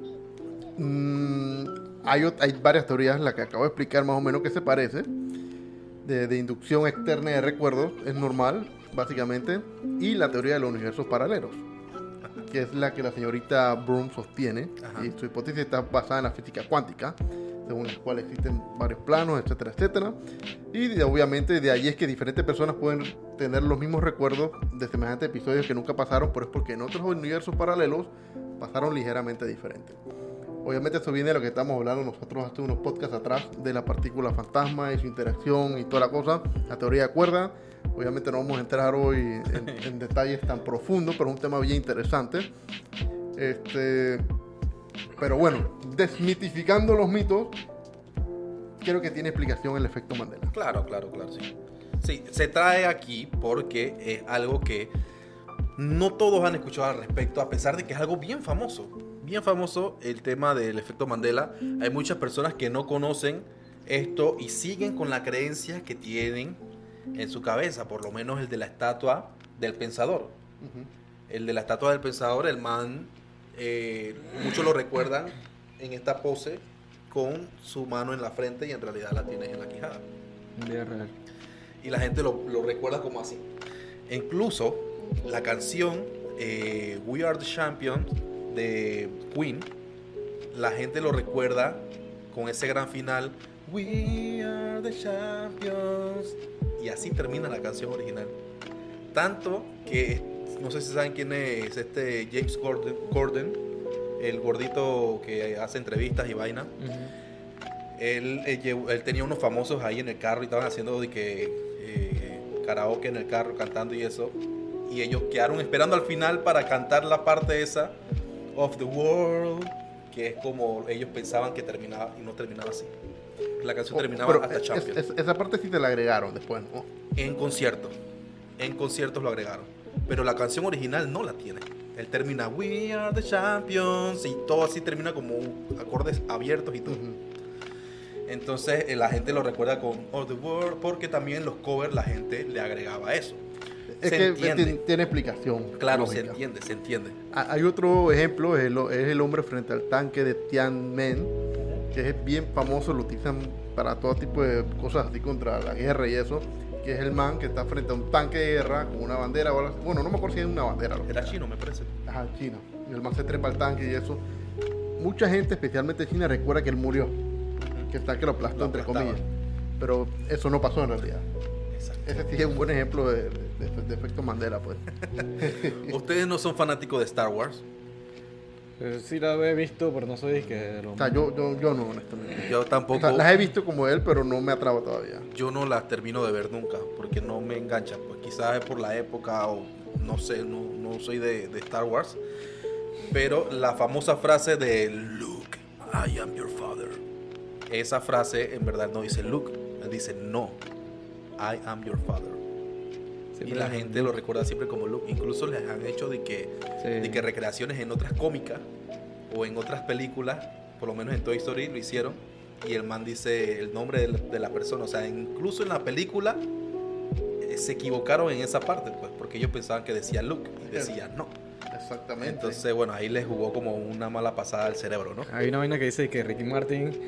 mm, hay, ot- hay varias teorías, la que acabo de explicar más o menos que se parece, de, de inducción externa de recuerdos, es normal, básicamente, y la teoría de los universos paralelos, que es la que la señorita Broom sostiene,
Ajá.
y su hipótesis está basada en la física cuántica, según la cual existen varios planos, etcétera, etcétera, y de- obviamente de ahí es que diferentes personas pueden tener los mismos recuerdos de semejantes episodios que nunca pasaron, pero es porque en otros universos paralelos pasaron ligeramente diferentes. Obviamente eso viene de lo que estamos hablando nosotros hace unos podcasts atrás, de la partícula fantasma y su interacción y toda la cosa, la teoría de cuerda. Obviamente no vamos a entrar hoy en, en detalles tan profundos, pero es un tema bien interesante. Este, pero bueno, desmitificando los mitos, creo que tiene explicación el efecto Mandela.
Claro, claro, claro, sí. Sí, se trae aquí porque es algo que no todos han escuchado al respecto, a pesar de que es algo bien famoso. Bien famoso el tema del efecto Mandela. Hay muchas personas que no conocen esto y siguen con la creencia que tienen en su cabeza, por lo menos el de la estatua del pensador.
Ujú.
El de la estatua del pensador, el man, eh, muchos lo recuerdan en esta pose con su mano en la frente y en realidad la tiene en la quijada.
Día real.
Y la gente lo, lo recuerda como así. E incluso la canción eh, We Are the Champions de Queen, la gente lo recuerda con ese gran final, We Are the Champions, y así termina la canción original. Tanto que, no sé si saben quién es este James Gordon, Gordon el gordito que hace entrevistas y vaina. Él, él, llevó- él tenía unos famosos ahí en el carro y estaban haciendo de que eh, karaoke en el carro, cantando y eso. Y ellos quedaron esperando al final para cantar la parte esa, Of the World, que es como ellos pensaban que terminaba y no terminaba así. La canción terminaba
Pero
hasta
es-
Champions.
es- esa parte sí te la agregaron después, ¿no?
En conciertos. En conciertos lo agregaron. Pero la canción original no la tiene. Él termina We Are the Champions y todo así termina como acordes abiertos y todo.
Ujú.
Entonces eh, la gente lo recuerda con Of the World porque también los covers la gente le agregaba eso.
Es
Se
que
entiende.
tiene, tiene explicación.
Claro, se
lógica.
entiende, se entiende.
Ah, Hay otro ejemplo, es el, es el hombre frente al tanque de Tiananmen, que es bien famoso, lo utilizan para todo tipo de cosas así contra la guerra y eso, que es el man que está frente a un tanque de guerra con una bandera, o algo así. Bueno, no me acuerdo si es una bandera. Lo que
Era
sea.
chino, me parece.
Ajá, China. Y el man se trepa al tanque y eso. Mucha gente, especialmente China, recuerda que él murió, que el tanque lo aplastó,
Lo
entre
aplastaba.
comillas. Pero eso no pasó en realidad.
Exacto.
Ese sí es un buen ejemplo de, de- de efecto Mandela, pues.
Ustedes no son fanáticos de Star Wars.
Eh, Sí la he visto, pero no soy que de lo-
O sea, yo, yo, yo no, honestamente.
Yo
O
tampoco.
sea, las he visto como él, pero no me atrapa todavía.
Yo no las termino de ver nunca porque no me enganchan. Pues quizás es por la época o no sé, no, no soy de, de Star Wars. Pero la famosa frase de Luke, I am your father. Esa frase en verdad no dice Luke, dice no, I am your father.
Siempre
y la
es
gente lo recuerda siempre como Luke. Incluso les han hecho de que,
Sí.
de que recreaciones en otras cómicas o en otras películas, por lo menos en Toy Story lo hicieron. Y el man dice el nombre de la, de la persona. O sea, incluso en la película eh, se equivocaron en esa parte, pues, porque ellos pensaban que decía Luke y decía no.
Exactamente.
Entonces, bueno, ahí les jugó como una mala pasada al cerebro, ¿no?
Hay una vaina que dice que Ricky Martin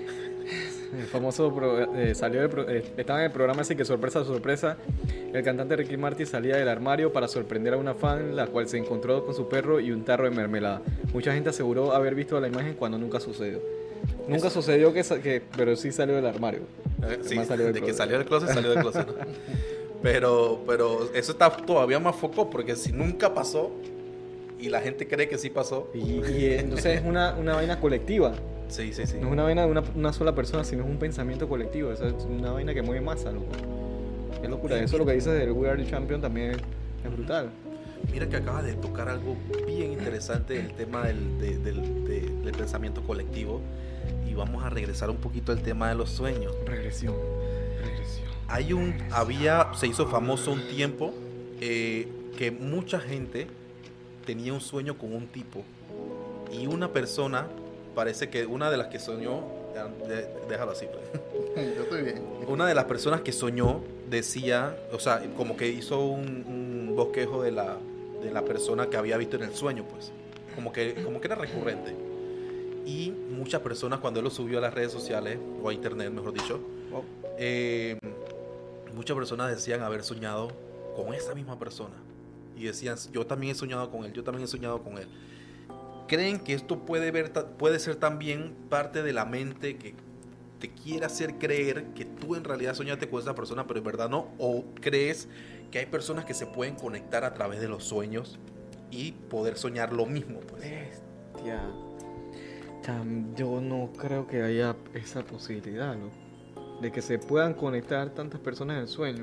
El famoso pro- eh, salió del pro- eh, estaba en el programa así que sorpresa, sorpresa. El cantante Ricky Martin salía del armario para sorprender a una fan, la cual se encontró con su perro y un tarro de mermelada. Mucha gente aseguró haber visto la imagen cuando nunca sucedió. Nunca
Eso.
sucedió que, sa- que, pero sí salió del armario.
Eh, sí,
Además salió del
de que
closet.
salió del closet, salió del closet. ¿no? Pero, pero eso está todavía más foco porque si nunca pasó y la gente cree que sí pasó.
Y, y, eh, entonces es una, una vaina colectiva.
Sí, sí, sí.
No es una vaina de una, una sola persona, sino es un pensamiento colectivo. Eso es una vaina que mueve masa, loco. Qué locura. Eso lo que dices del We Are the Champion también es, es brutal.
Mira que acabas de tocar algo bien interesante, el tema del, de- del, de- del pensamiento colectivo. Y vamos a regresar un poquito al tema de los sueños.
Regresión. Regresión.
Hay un, había, se hizo famoso un tiempo eh, que mucha gente tenía un sueño con un tipo. Y una persona, parece que una de las que soñó, ya, de- déjalo así, pues.
Yo estoy bien.
Una de las personas que soñó decía, o sea, como que hizo un, un bosquejo de la, de la persona que había visto en el sueño, pues. Como que, como que era recurrente. Y muchas personas, cuando él lo subió a las redes sociales, o a internet, mejor dicho,
Wow.
eh, muchas personas decían haber soñado con esa misma persona. Y decían, yo también he soñado con él, yo también he soñado con él. ¿Creen que esto puede, ver, ta- puede ser también parte de la mente que te quiere hacer creer que tú en realidad soñaste con esa persona, pero en verdad no? ¿O crees que hay personas que se pueden conectar a través de los sueños y poder soñar lo mismo? Pues?
Bestia. Cham, yo no creo que haya esa posibilidad, loco. De que se puedan conectar tantas personas en el sueño.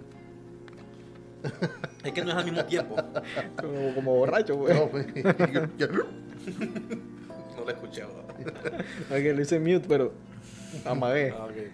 Es que no es al mismo tiempo.
Como, como borracho, güey.
No, pues, yo- yo-
No lo he escuchado.
Que lo hice mute, pero amagué.
Ah, ok, ok.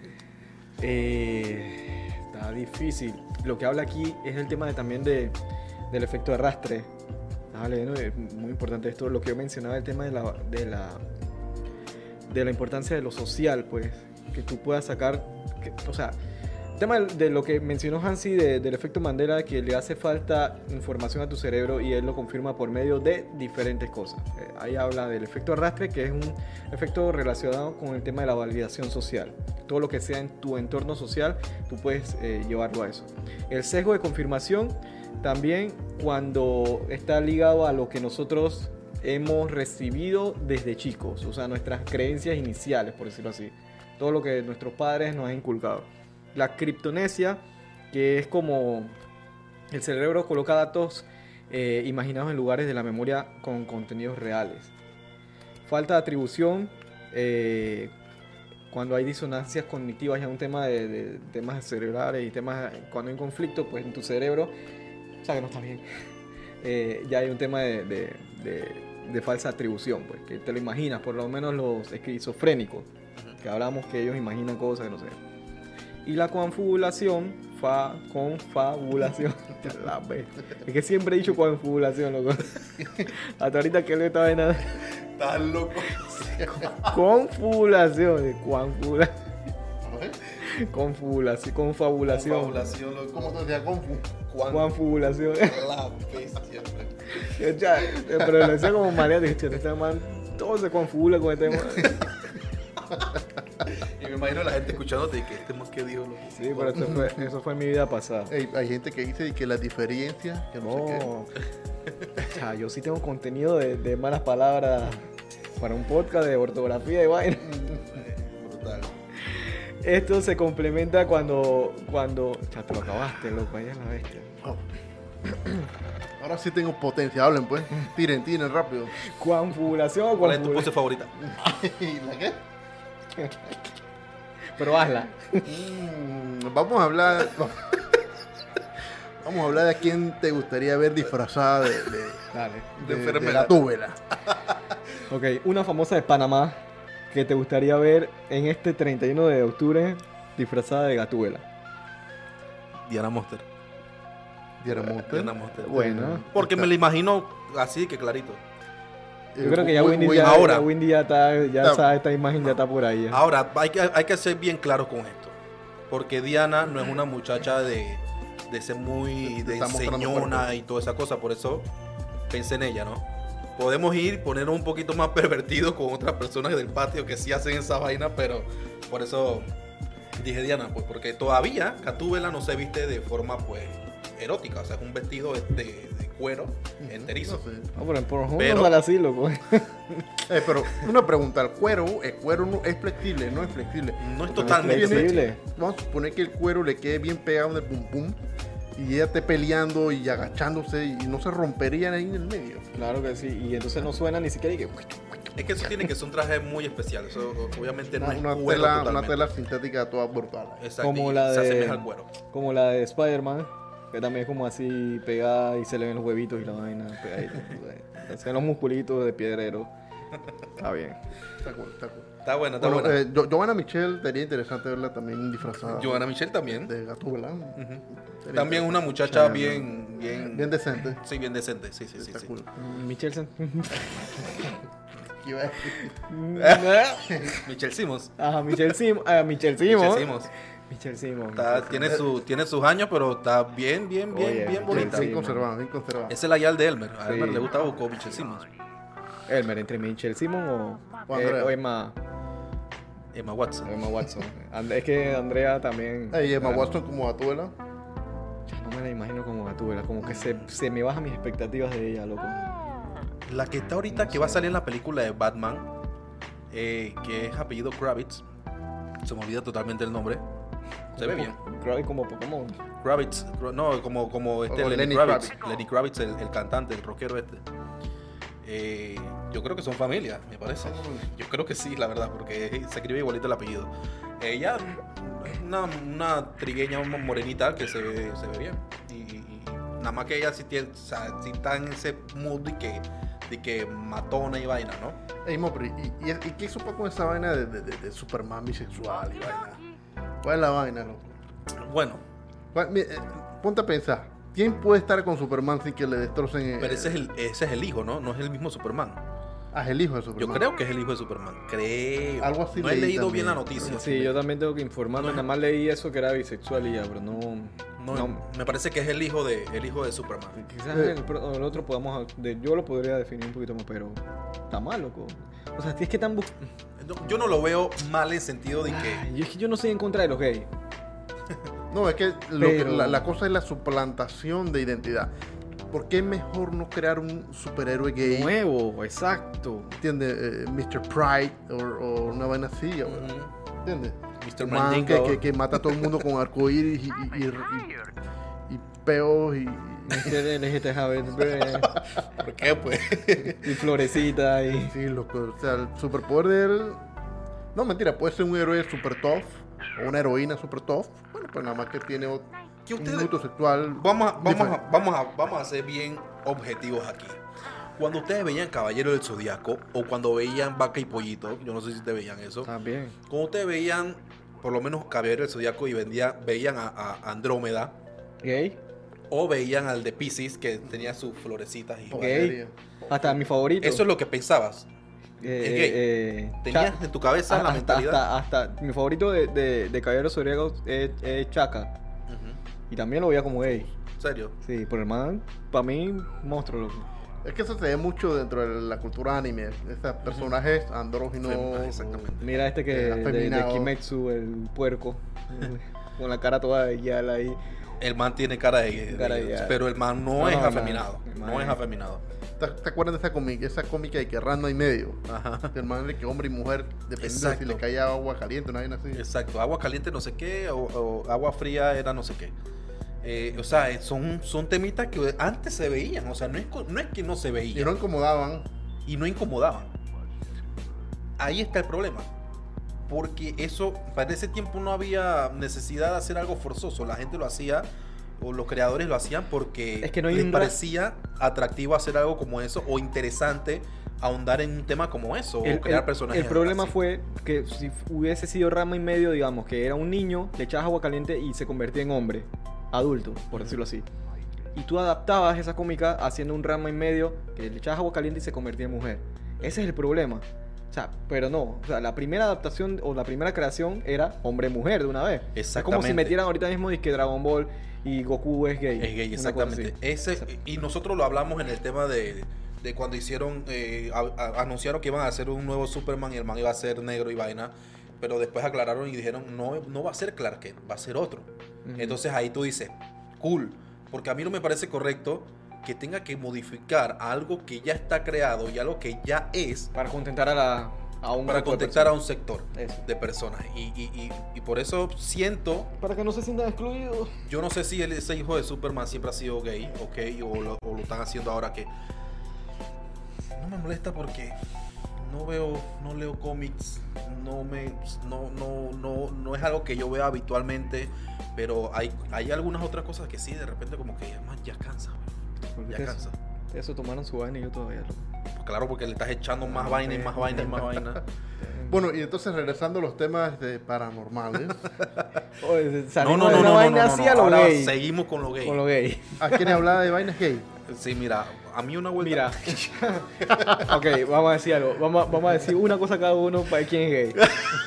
Eh, está difícil. Lo que habla aquí es el tema de, también de, del efecto de arrastre. Estaba leyendo, es muy importante esto, lo que yo mencionaba, el tema de la, de la, de la importancia de lo social, pues, que tú puedas sacar, que, o sea, el tema de, de lo que mencionó Hansi de- del efecto Mandela, que le hace falta información a tu cerebro y él lo confirma por medio de diferentes cosas. Eh, ahí habla del efecto arrastre, que es un efecto relacionado con el tema de la validación social. Todo lo que sea en tu entorno social, tú puedes eh, llevarlo a eso. El sesgo de confirmación también cuando está ligado a lo que nosotros hemos recibido desde chicos, o sea, nuestras creencias iniciales, por decirlo así. Todo lo que nuestros padres nos han inculcado. La criptonesia, que es como el cerebro coloca datos eh, imaginados en lugares de la memoria con contenidos reales. Falta de atribución, eh, cuando hay disonancias cognitivas, ya un tema de, de temas cerebrales y temas, cuando hay un conflicto, pues en tu cerebro, o sea que no está bien, eh, ya hay un tema de, de, de, de falsa atribución, pues, que te lo imaginas, por lo menos los esquizofrénicos, que hablamos que ellos imaginan cosas que no sé. Y la confabulación, fa, confabulación, la bestia. Es que siempre he dicho confabulación, loco. Hasta ahorita que le estaba en nada.
Estás loco.
Confabulación, de confabula-
a ver,
confabulación, confabulación.
Confabulación, loco.
¿cómo te decía Confu?
Juan.
Confabulación.
La bestia.
Yo ya, eh, pero lo decía como manera, dije, "Che, este man, todo se confabula con este man".
Y me imagino la gente escuchándote y que este más que dijo lo que
Sí, pero eso fue, eso fue en mi vida pasada.
Ey, hay gente que dice que la diferencia, que no, sé qué.
No. O sea, yo sí tengo contenido de, de malas palabras para un podcast de ortografía y vaina.
Brutal.
Esto se complementa cuando, cuando, ya te lo acabaste, loco, ahí es la bestia.
Oh. Ahora sí tengo potencia, hablen pues. Tiren, tiren rápido.
Confabulación o
¿Cuál es tu pose
confabulación.
favorita?
¿Y la qué?
Pero hazla.
Mm, vamos a hablar. Vamos a hablar de quién te gustaría ver disfrazada de, de,
Dale.
de, de
enfermera.
Gatúbela.
Ok, una famosa de Panamá que te gustaría ver en este treinta y uno de octubre disfrazada de Gatúbela.
Diana Monster.
Diana Monster.
Diana Monster.
Bueno.
Porque me lo imagino así que clarito.
Yo creo que ya
Muy-
Windy
muy-
ya,
ahora.
ya Windy ya está, ya
Está-
sabe, esta imagen ya está por ahí. ya.
Ahora, hay que, hay que ser bien claros con esto. Porque Diana no es una muchacha de, de ser muy
Te
de
está mostrando
enseñona
cuerpo.
y toda esa cosa. Por eso pensé en ella, ¿no? podemos ir, ponernos un poquito más pervertidos con otras personas del patio que sí hacen esa vaina, pero por eso dije Diana, pues porque todavía Gatúbela no se viste de forma pues erótica, o sea, es un vestido de, de cuero enterizo.
No sé.
No, pero en Pornhub
Pero-
no sale así, loco.
Eh, pero una pregunta, el cuero, el cuero no, es flexible, no es flexible.
No es
Porque
totalmente
viene-
flexible.
Vamos a suponer que el cuero le quede bien pegado en el pum pum y ella esté peleando y agachándose y no se rompería ahí en el medio.
Claro que sí, y entonces no suena ni siquiera y que...
Es que eso tiene que ser un traje muy especial, eso obviamente no
Una,
es
una
cuero
tela, una
totalmente.
tela sintética toda brutal.
Exacto,
Como
y
la
se
de-
asemeja al cuero.
Como la de Spider-Man, que también es como así pegada y se le ven los huevitos y la vaina pegaditos. Se hacen los musculitos de piedrero. Está bien.
Está cool, está cool.
Está buena, está
Bueno,
buena.
eh, Jo- Joanna Michelle, sería interesante verla también disfrazada.
Joanna Michelle también.
De Gatúbela.
Ujú. También una muchacha bien, bien,
Bien decente.
sí, bien decente, sí, sí, sí,
Está
sí.
cool.
Michelsen.
¿Qué iba a decir?
Michelle Simmons.
Ajá, Michelle Simon. Ah, Michelle Simon.
Michelle Simmons.
Michelle Simon.
Está- tiene, su, tiene sus años, pero está bien, bien, bien,
Oye,
bien
Michelle
bonita.
Bien
Simon.
conservada, bien conservada.
Esa es la yal de Elmer. A
Sí.
Elmer le gusta con Michelle Simmons.
Elmer, entre Michelle Simon o,
O
eh,
Andrea.
o Emma,
Emma Watson.
Emma Watson. And- es que Andrea también.
Ey, Emma
Ah,
Watson como Gatúbela.
No me la imagino como Gatúbela, como que se, se me bajan mis expectativas de ella, loco.
La que está ahorita, que va a salir en la película de Batman, eh, que es apellido Kravitz. Se me olvida totalmente el nombre. Se ve bien.
Creo que como Pokémon.
Kravitz, no, como, como este
O
Lenny,
Lenny
Kravitz.
Kravitz.
Lenny Kravitz, el, el cantante, el rockero este. Eh, yo creo que son familia, me parece. Yo creo que sí, la verdad, porque se escribe igualito el apellido. Ella, una, una trigueña una morenita que se ve, se ve bien. Y, y- y nada más que ella sí, tiene, o sea, sí está en ese mood de que, de que matona y vaina, ¿no?
Ey, Mopri, ¿y, y, y qué supo con esa vaina de, de, de, de Superman bisexual y vaina? ¿Cuál es la vaina, loco?
Bueno,
¿Cuál- mi- eh, ponte a pensar. ¿Quién puede estar con Superman sin que le destrocen eh,
pero ese es, el, ese es el hijo, ¿no? No es el mismo Superman.
ah, es el hijo de
Yo
Superman?
creo que es el hijo de Superman. Creo.
Algo así
No he
leí
leído
también.
bien la noticia.
Sí, yo también tengo que informarme.
No.
Nada más leí eso que era bisexual y ya, pero no.
No,
no-
me parece que es el hijo de, el hijo de Superman.
Quizás
Eh.
el, pro- el otro podamos. de- yo lo podría definir un poquito más, pero. Está mal, loco. O sea, si es que tan. bu-
No, Yo no lo veo mal en sentido de que.
Ay, es que yo no estoy en contra de los gays.
No, es que, lo que-
Pero-
la, la cosa es la suplantación de identidad. ¿Por qué es mejor no crear un superhéroe gay?
Nuevo, exacto.
¿Entiendes? Eh, mister Pride o, o una vaina así, güey.
Ujú.
¿Entiendes?
mister
Un man que,
Mandingo.
que, que mata a todo el mundo con arcoíris y, y, y, y- y peos y,
mister L G T B
¿Por qué, pues?
y florecita y.
sí, loco. O sea, el superpoder de él. No, mentira, puede ser un héroe super tough o una heroína super tough. Bueno, pues nada más que tiene o-
¿Qué
un
ustedes-
minuto sexual.
Vamos a, vamos, a,
diferente.
vamos, a, vamos a ser bien objetivos aquí. Cuando ustedes veían Caballero del Zodiaco o cuando veían Vaca y Pollito, yo no sé si ustedes veían eso.
También.
Cuando ustedes veían, por lo menos Caballero del Zodiaco y vendía, veían a, a Andrómeda
Gay.
o veían al de Pisces que tenía sus florecitas y
Ok.
Gay. Hasta mi favorito.
Eso es lo que pensabas.
Eh,
es gay.
eh,
Tenías
Cha-
en tu cabeza la
hasta,
mentalidad.
hasta, hasta mi favorito de, de, de Caballero Zodiaco es, es Chaka.
Ujú.
Y también lo veía como gay.
¿En serio?
Sí, por el man, para mí, monstruo, loco.
Es que eso se ve mucho dentro de la cultura anime. Esos personajes andróginos.
Fem- exactamente.
Mira este que
Eh,
de, de
afeminado.
Kimetsu, el puerco. Con la cara toda de yala ahí.
El man tiene cara de, de-
Cara de-
pero el man no,
No,
es
no, no,
afeminado.
el
No,
man
es
es-
afeminado.
¿Te, te acuerdas de esa cómica, esa cómica de que Ranma y medio?
Ajá.
Que el man de que hombre y mujer, dependiendo de si
Exacto.
le caía agua caliente, una vaina así.
Exacto. Agua caliente no sé qué, o, o agua fría era no sé qué. Eh, o sea, eh, son, son temitas que antes se veían. O sea, no es, co- no es que no se
Y
veían
no incomodaban.
y no incomodaban. Ahí está el problema. Porque eso, para ese tiempo no había necesidad de hacer algo forzoso. La gente lo hacía, o los creadores lo hacían porque
Es que no hay
les
un ra-
parecía atractivo hacer algo como eso, o interesante ahondar en un tema como eso, o crear personajes.
el problema
así.
fue que si hubiese sido Rama y medio, digamos, que era un niño, le echabas agua caliente y se convertía en hombre, adulto, por decirlo así. Y tú adaptabas esa cómica haciendo un Rama y medio que le echabas agua caliente y se convertía en mujer. Ese es el problema. O sea, pero no. O sea, la primera adaptación o la primera creación era hombre-mujer de una vez. Es como si
Exactamente.
metieran ahorita mismo disque Dragon Ball y Goku es gay.
Es gay,
una cosa
exactamente.
así.
Ese, y nosotros lo hablamos en el tema de, de cuando hicieron, eh, a, a, anunciaron que iban a hacer un nuevo Superman y el man iba a ser negro y vaina, pero después aclararon y dijeron, no, no va a ser Clark Kent, va a ser otro. Uh-huh. Entonces ahí tú dices, cool, porque a mí no me parece correcto que tenga que modificar algo que ya está creado y algo que ya es.
Para contentar a la... A un
para contentar a un sector
eso.
de personas y, y, y, y por eso siento,
para que no se sientan excluidos.
Yo no sé si él, ese hijo de Superman siempre ha sido gay, okay, o, lo, o lo están haciendo ahora, que no me molesta porque no veo, no leo cómics, no me, no, no, no, no es algo que yo vea habitualmente, pero hay, hay algunas otras cosas que sí, de repente como que man, ya cansa, güey. Ya cansa.
Eso tomaron su vaina y yo todavía lo...
Pues claro, porque le estás echando más vaina y más vaina y más vaina.
Bueno, y entonces regresando a los temas de paranormales.
Oye,
no, no, no, no,
vaina
no, no,
así
no.
A lo
Ahora
gay.
seguimos con lo gay.
Con lo gay.
¿A quién hablaba de vainas gay?
Sí, mira, a mí una vuelta...
Mira. Ok, vamos a decir algo. Vamos, vamos a decir una cosa cada uno para quién es gay.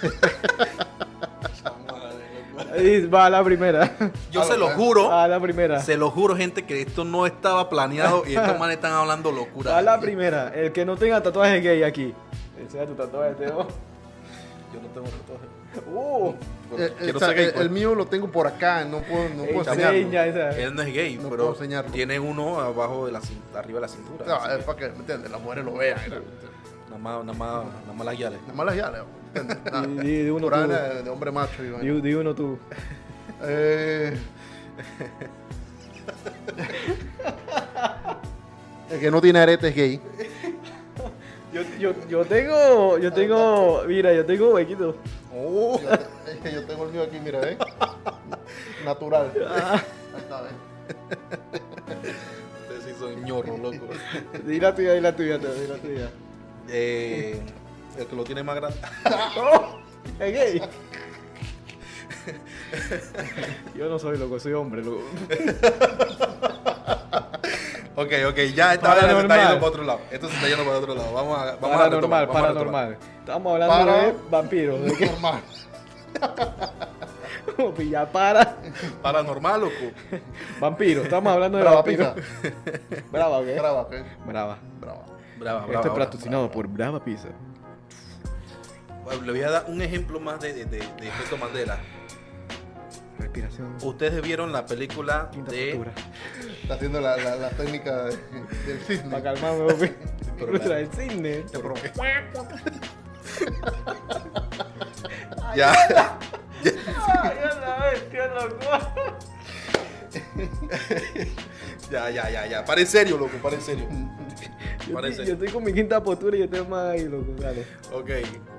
Va a la primera.
Yo se lo juro.
A la primera.
Se lo juro, gente, que esto no estaba planeado y estos manes están hablando locura.
A la primera. El que no tenga tatuajes gay aquí. Enseña tu tatuaje, Teo.
Yo no tengo tatuaje.
Uh,
eh, eh, o sea, gay, el, pues. el mío lo tengo por acá, no puedo, no puedo enseñarlo.
Él no es gay,
no
pero
puedo enseñarlo.
Tiene uno abajo de la arriba de la cintura.
No, es para que, ¿me entiendes? Las mujeres lo vean.
Nada más, nada más, nada más las guiales.
Nada más las guiales.
Di, di, di uno
por
tú.
De, de hombre macho.
Di, di uno tú.
Eh... El que no tiene aretes es gay.
Yo, yo, yo tengo, yo tengo, mira, yo tengo huequito.
Oh. Yo, te, es que yo tengo el mío aquí, mira, ¿eh? Natural. Ah. Ahí está, ¿ves?
Ustedes sí son ñorros, loco.
Di la tuya, di la tuya, di la tuya.
Eh, el que lo tiene más grande.
Oh, es gay. Yo no soy loco, soy hombre, loco.
Ok, ok, ya esta vez se está yendo para otro lado. Esto se está yendo para otro lado. Vamos a vamos
paranormal,
a retomar,
paranormal. Estamos hablando
para...
de vampiros. ¿De qué?
Normal.
Ya para.
Paranormal, loco.
Vampiro, estamos hablando de
Brava
vampiros. Brava, ¿ok?
Brava, ¿ok?
Brava.
Brava.
Brava, brava.
Esto es patrocinado por Brava Pizza.
Bueno, le voy a dar un ejemplo más de, de, de, de efecto Mandela.
Respiración.
Ustedes vieron la película
Quinta
de...
postura.
Está haciendo la, la, la técnica de, del cisne.
Para calmarme, papi.
Pero
Nuestra
la-
del cisne.
Te prometo. Ya.
Ay, la bestia, loco.
Ya, ya, ya, ya. Para en serio, loco, para en serio.
Yo,
Para en
estoy-
serio.
yo estoy con mi quinta postura y yo estoy más ahí, loco. Dale.
Ok.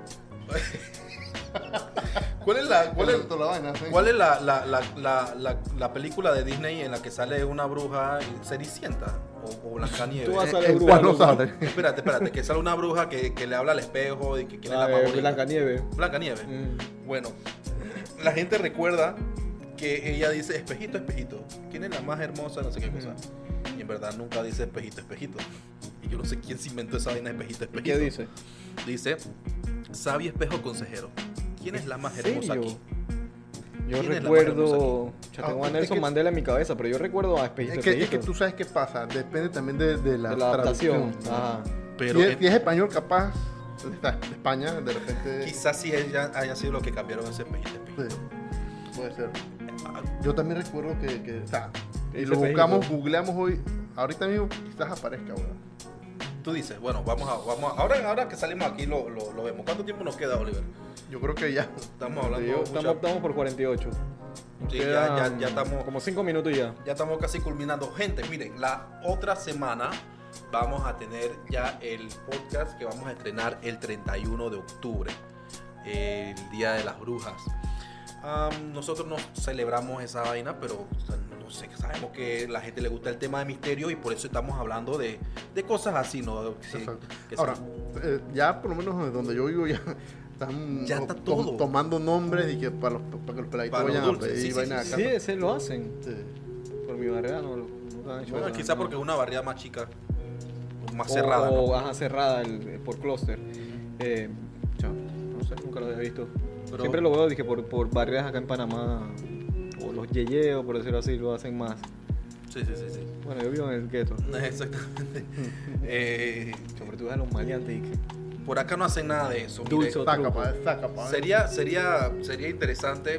¿Cuál es la, cuál es,
Toda la vaina, ¿sí?
cuál es la, la, la, la, la, la película de Disney en la que sale una bruja Cenicienta o, o Blancanieves?
Tú vas a
¿En
salir
cuál no
bruja, loco.
sale?
Espérate, espérate, que sale una bruja que, que le habla al espejo y que quién es
Ah,
la más
eh,
bonita.
Blancanieves.
Blancanieves.
Mm.
Bueno, la gente recuerda que ella dice espejito, espejito. ¿Quién es la más hermosa? No sé qué cosa. Y en verdad nunca dice espejito, espejito. Y yo no sé quién se inventó esa vaina de espejito,
¿Y
espejito.
qué dice?
Dice, sabio espejo consejero. ¿Quién es la más
¿En
hermosa
serio?
aquí?
Yo
¿Quién es la más
recuerdo. Ya
Ah,
tengo a
es
Nelson
que-
Mandela en mi cabeza, pero yo recuerdo a Espejito
Es que, es que
Espejito.
tú sabes qué pasa. Depende también de, de la,
De la adaptación.
traducción.
Ajá.
Pero
si, es,
en-
si es español, capaz. Está de España, de repente.
quizás si ella haya sido lo que cambiaron ese espejito, espejito.
Sí, puede ser.
Ah,
Yo también recuerdo que. que o sea,
Ese
y lo
espejito.
buscamos, googleamos hoy. Ahorita mismo quizás aparezca, weón.
Tú dices, bueno, vamos a, vamos a, ahora, ahora que salimos aquí lo, lo, lo vemos. ¿Cuánto tiempo nos queda, Oliver?
Yo creo que ya.
Estamos hablando
Yo-
mucha-
estamos, estamos por cuarenta y ocho.
Sí,
Quedan
ya, ya, ya estamos
Como cinco minutos y ya.
ya estamos casi culminando. Gente, miren, la otra semana vamos a tener ya el podcast que vamos a estrenar el treinta y uno de octubre, el Día de las Brujas. Um, nosotros no celebramos esa vaina, pero o sea, no sé, sabemos que a la gente le gusta el tema de misterio y por eso estamos hablando de, de cosas así, ¿no? Sí,
Exacto.
que
Ahora,
sí.
eh, ya por lo menos de donde yo vivo ya están
Ya está
to-
todo.
tomando nombres y que para, los, para que los peladitos
Para los
vayan a
dulces,
pedir
sí, sí,
vainas
sí,
a
Sí,
casa.
ese lo hacen.
Sí.
Por mi barriada no lo nunca han hecho.
Bueno,
eso,
quizá
no.
porque es una barriada más chica, más
O-
cerrada, ¿no?
O, ajá, cerrada el- por clúster. Eh, chao, no sé, nunca lo había visto.
Pero-
Siempre lo veo, dije, por, por barriadas acá en Panamá. O los yeyeos, por decirlo así, lo hacen más.
Sí, sí, sí, sí.
Bueno, yo vivo en el gueto.
Exactamente. eh,
Sobre todo a los maleantes y que...
por acá no hacen nada de eso.
Dulce.
Mire,
Saca, pa, saca, pa.
sería, sería, sería interesante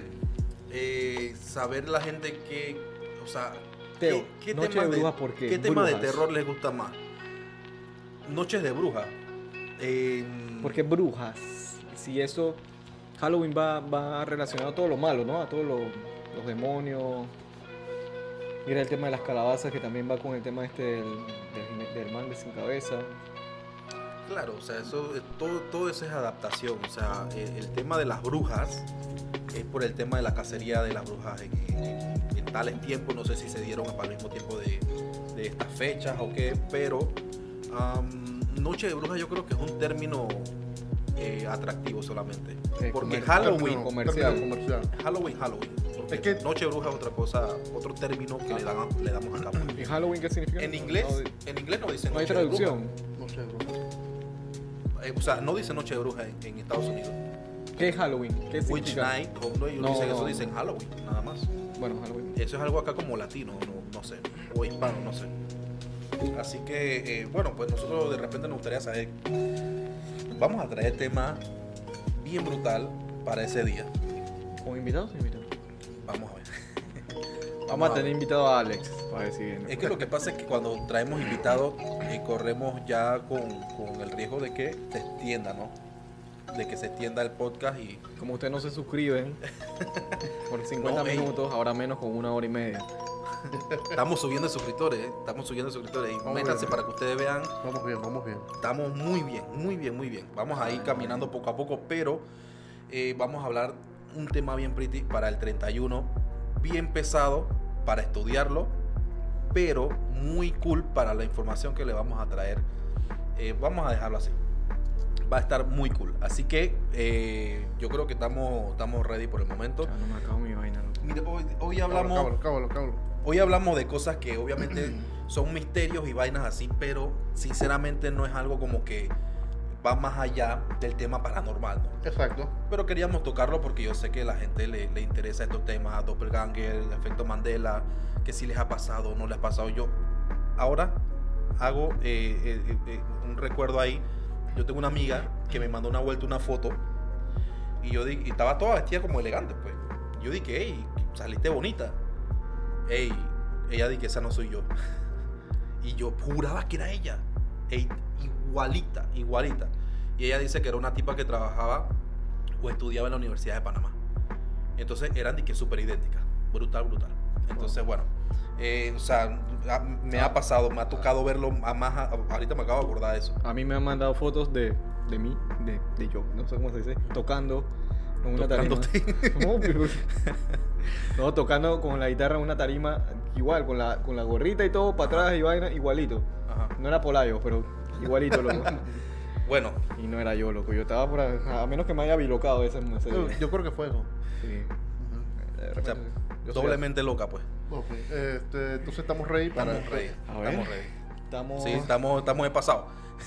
eh, saber la gente que, o sea,
Teo,
qué, qué
Noche
tema
de
de,
Brujas, ¿por qué?
qué tema de
Brujas.
terror les gusta más. Noches de brujas. Eh,
Porque brujas, si eso, Halloween va, va relacionado a todo lo malo, ¿no? A todos los, los demonios. Mira el tema de las calabazas que también va con el tema este del, del, del man de sin cabeza.
Claro, o sea, eso, es- todo, todo eso es adaptación. O sea, el, el tema de las brujas es por el tema de la cacería de las brujas en, en- en tales tiempos. No sé si se dieron para el mismo tiempo de, de estas fechas o qué, pero am, Noche de Brujas yo creo que es un término eh, atractivo solamente.
Eh,
Porque
comer-
Halloween,
Término-
comercial.
término comercial.
Halloween, Halloween. Porque
Es que-
Noche de Brujas es otra cosa, otro término que le, dan, le damos acá. pues.
¿Y Halloween qué significa?
En inglés,
No,
en inglés no dice
no hay
Noche de Brujas.
traducción.
No sé, bro.
Eh, o sea, no dice Noche de Brujas en, en Estados Unidos.
¿Qué es Halloween? ¿Qué
Witch
significa?
Night, o no, ellos
No.
dicen eso, dicen Halloween, nada más.
Bueno, Halloween.
Eso es algo acá como latino, no, no sé, o hispano, no sé. Así que, eh, bueno, pues nosotros de repente nos gustaría saber, vamos a traer tema bien brutal para ese día.
¿Con invitados o invitados?
Vamos a ver.
Vamos a tener invitado a Alex para decir.
Es que lo que pasa es que cuando traemos invitados, eh, corremos ya con, con el riesgo de que se extienda, ¿no? De que se extienda el podcast y
Como ustedes no se suscriben por cincuenta
No, ey.
minutos, ahora menos con una hora y media.
estamos subiendo suscriptores, ¿eh? Estamos subiendo suscriptores y
Vamos
métanse
bien.
para que ustedes vean.
Vamos bien, vamos bien.
Estamos muy bien, muy bien, muy bien. Vamos a ir caminando poco a poco, pero eh, vamos a hablar un tema bien pretty para el treinta y uno, bien pesado para estudiarlo, pero muy cool para la información que le vamos a traer. Eh, vamos a dejarlo así. Va a estar muy cool. Así que eh, yo creo que estamos, estamos ready por el momento.
Ya no me acabo mi vaina, loco.
Mire, hoy, hoy hablamos...
Cábalo, cábalo, cábalo.
Hoy hablamos de cosas que obviamente son misterios y vainas así, pero sinceramente no es algo como que va más allá del tema paranormal, ¿no?
Exacto.
Pero queríamos tocarlo porque yo sé que a la gente le, le interesa estos temas, doppelganger, el efecto Mandela, que si les ha pasado o no les ha pasado. Yo ahora hago eh, eh, eh, un recuerdo ahí. Yo tengo una amiga que me mandó una vuelta una foto y yo di- y estaba toda vestida como elegante, pues. Yo dije, hey, saliste bonita. Ey, ella dice que esa no soy yo. Y yo juraba que era ella. Ey, igualita, igualita. Y ella dice que era una tipa que trabajaba o estudiaba en la Universidad de Panamá. Entonces eran de que súper idénticas. Brutal, brutal. Entonces, bueno. eh, o sea, a- me ha pasado, me ha tocado verlo a más. a- ahorita me acabo de acordar de eso.
A mí me han mandado fotos de, de mí, de, de yo, no sé cómo se dice, tocando con una tarima.
Tocándote.
No, pero- no, tocando con la guitarra en una tarima, igual, con la, con la gorrita y todo, para atrás y vaina, igualito.
Ajá.
No era Polayo, pero igualito, loco.
Bueno,
Y no era yo, loco. Yo estaba por ahí, a menos que me haya bilocado ese, ese
Yo, yo creo que fue eso.
sí. De
o
repente,
sea,
yo soy
doblemente loca, pues.
Ok, este, entonces estamos ready para...
Estamos ready.
A ver.
Estamos ready.
Estamos...
Sí, estamos, estamos de pasado.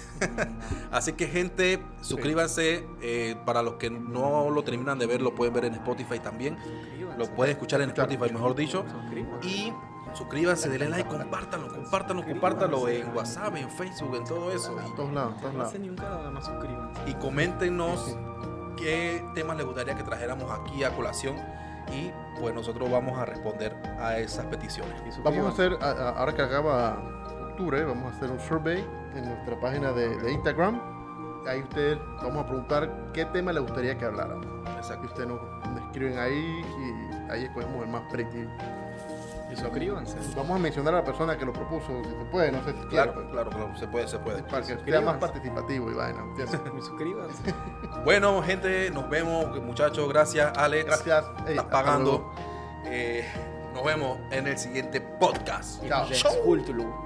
Así que gente, suscríbanse. eh, para los que no lo terminan de ver, lo pueden ver en Spotify también. Lo pueden escuchar en Spotify, mejor dicho.
Suscríbanse.
Y suscríbanse, denle like, compártanlo, compártanlo, compártanlo en WhatsApp, en Facebook, en todo eso.
En todos lados, en todos
No
lados.
hace ni un cara, nada más suscríbanse.
Y, y coméntenos qué temas les gustaría que trajéramos aquí a colación. Y pues nosotros vamos a responder a esas peticiones.
Y
Vamos a
suscríbanse.
hacer, a- a- ahora que acaba octubre, vamos a hacer un survey en nuestra página de, de Instagram. Ahí ustedes vamos a preguntar qué tema les gustaría que habláramos. Y
Exacto.
ustedes nos, nos escriben ahí y ahí escogemos el más pretty.
Y suscríbanse.
Vamos a mencionar a la persona que lo propuso, si se puede, no sé si quiere,
Claro,
pues,
claro, claro, se puede, se puede.
para que sea
Suscríbanse.
más participativo y vaina. ¿entiendes?
Y suscríbanse.
Bueno, gente, nos vemos, muchachos. Gracias, Alex.
Gracias. Ey,
Estás
hasta
pagando.
luego.
Eh, nos vemos en el siguiente podcast.
Chao.
Let's Cultulu.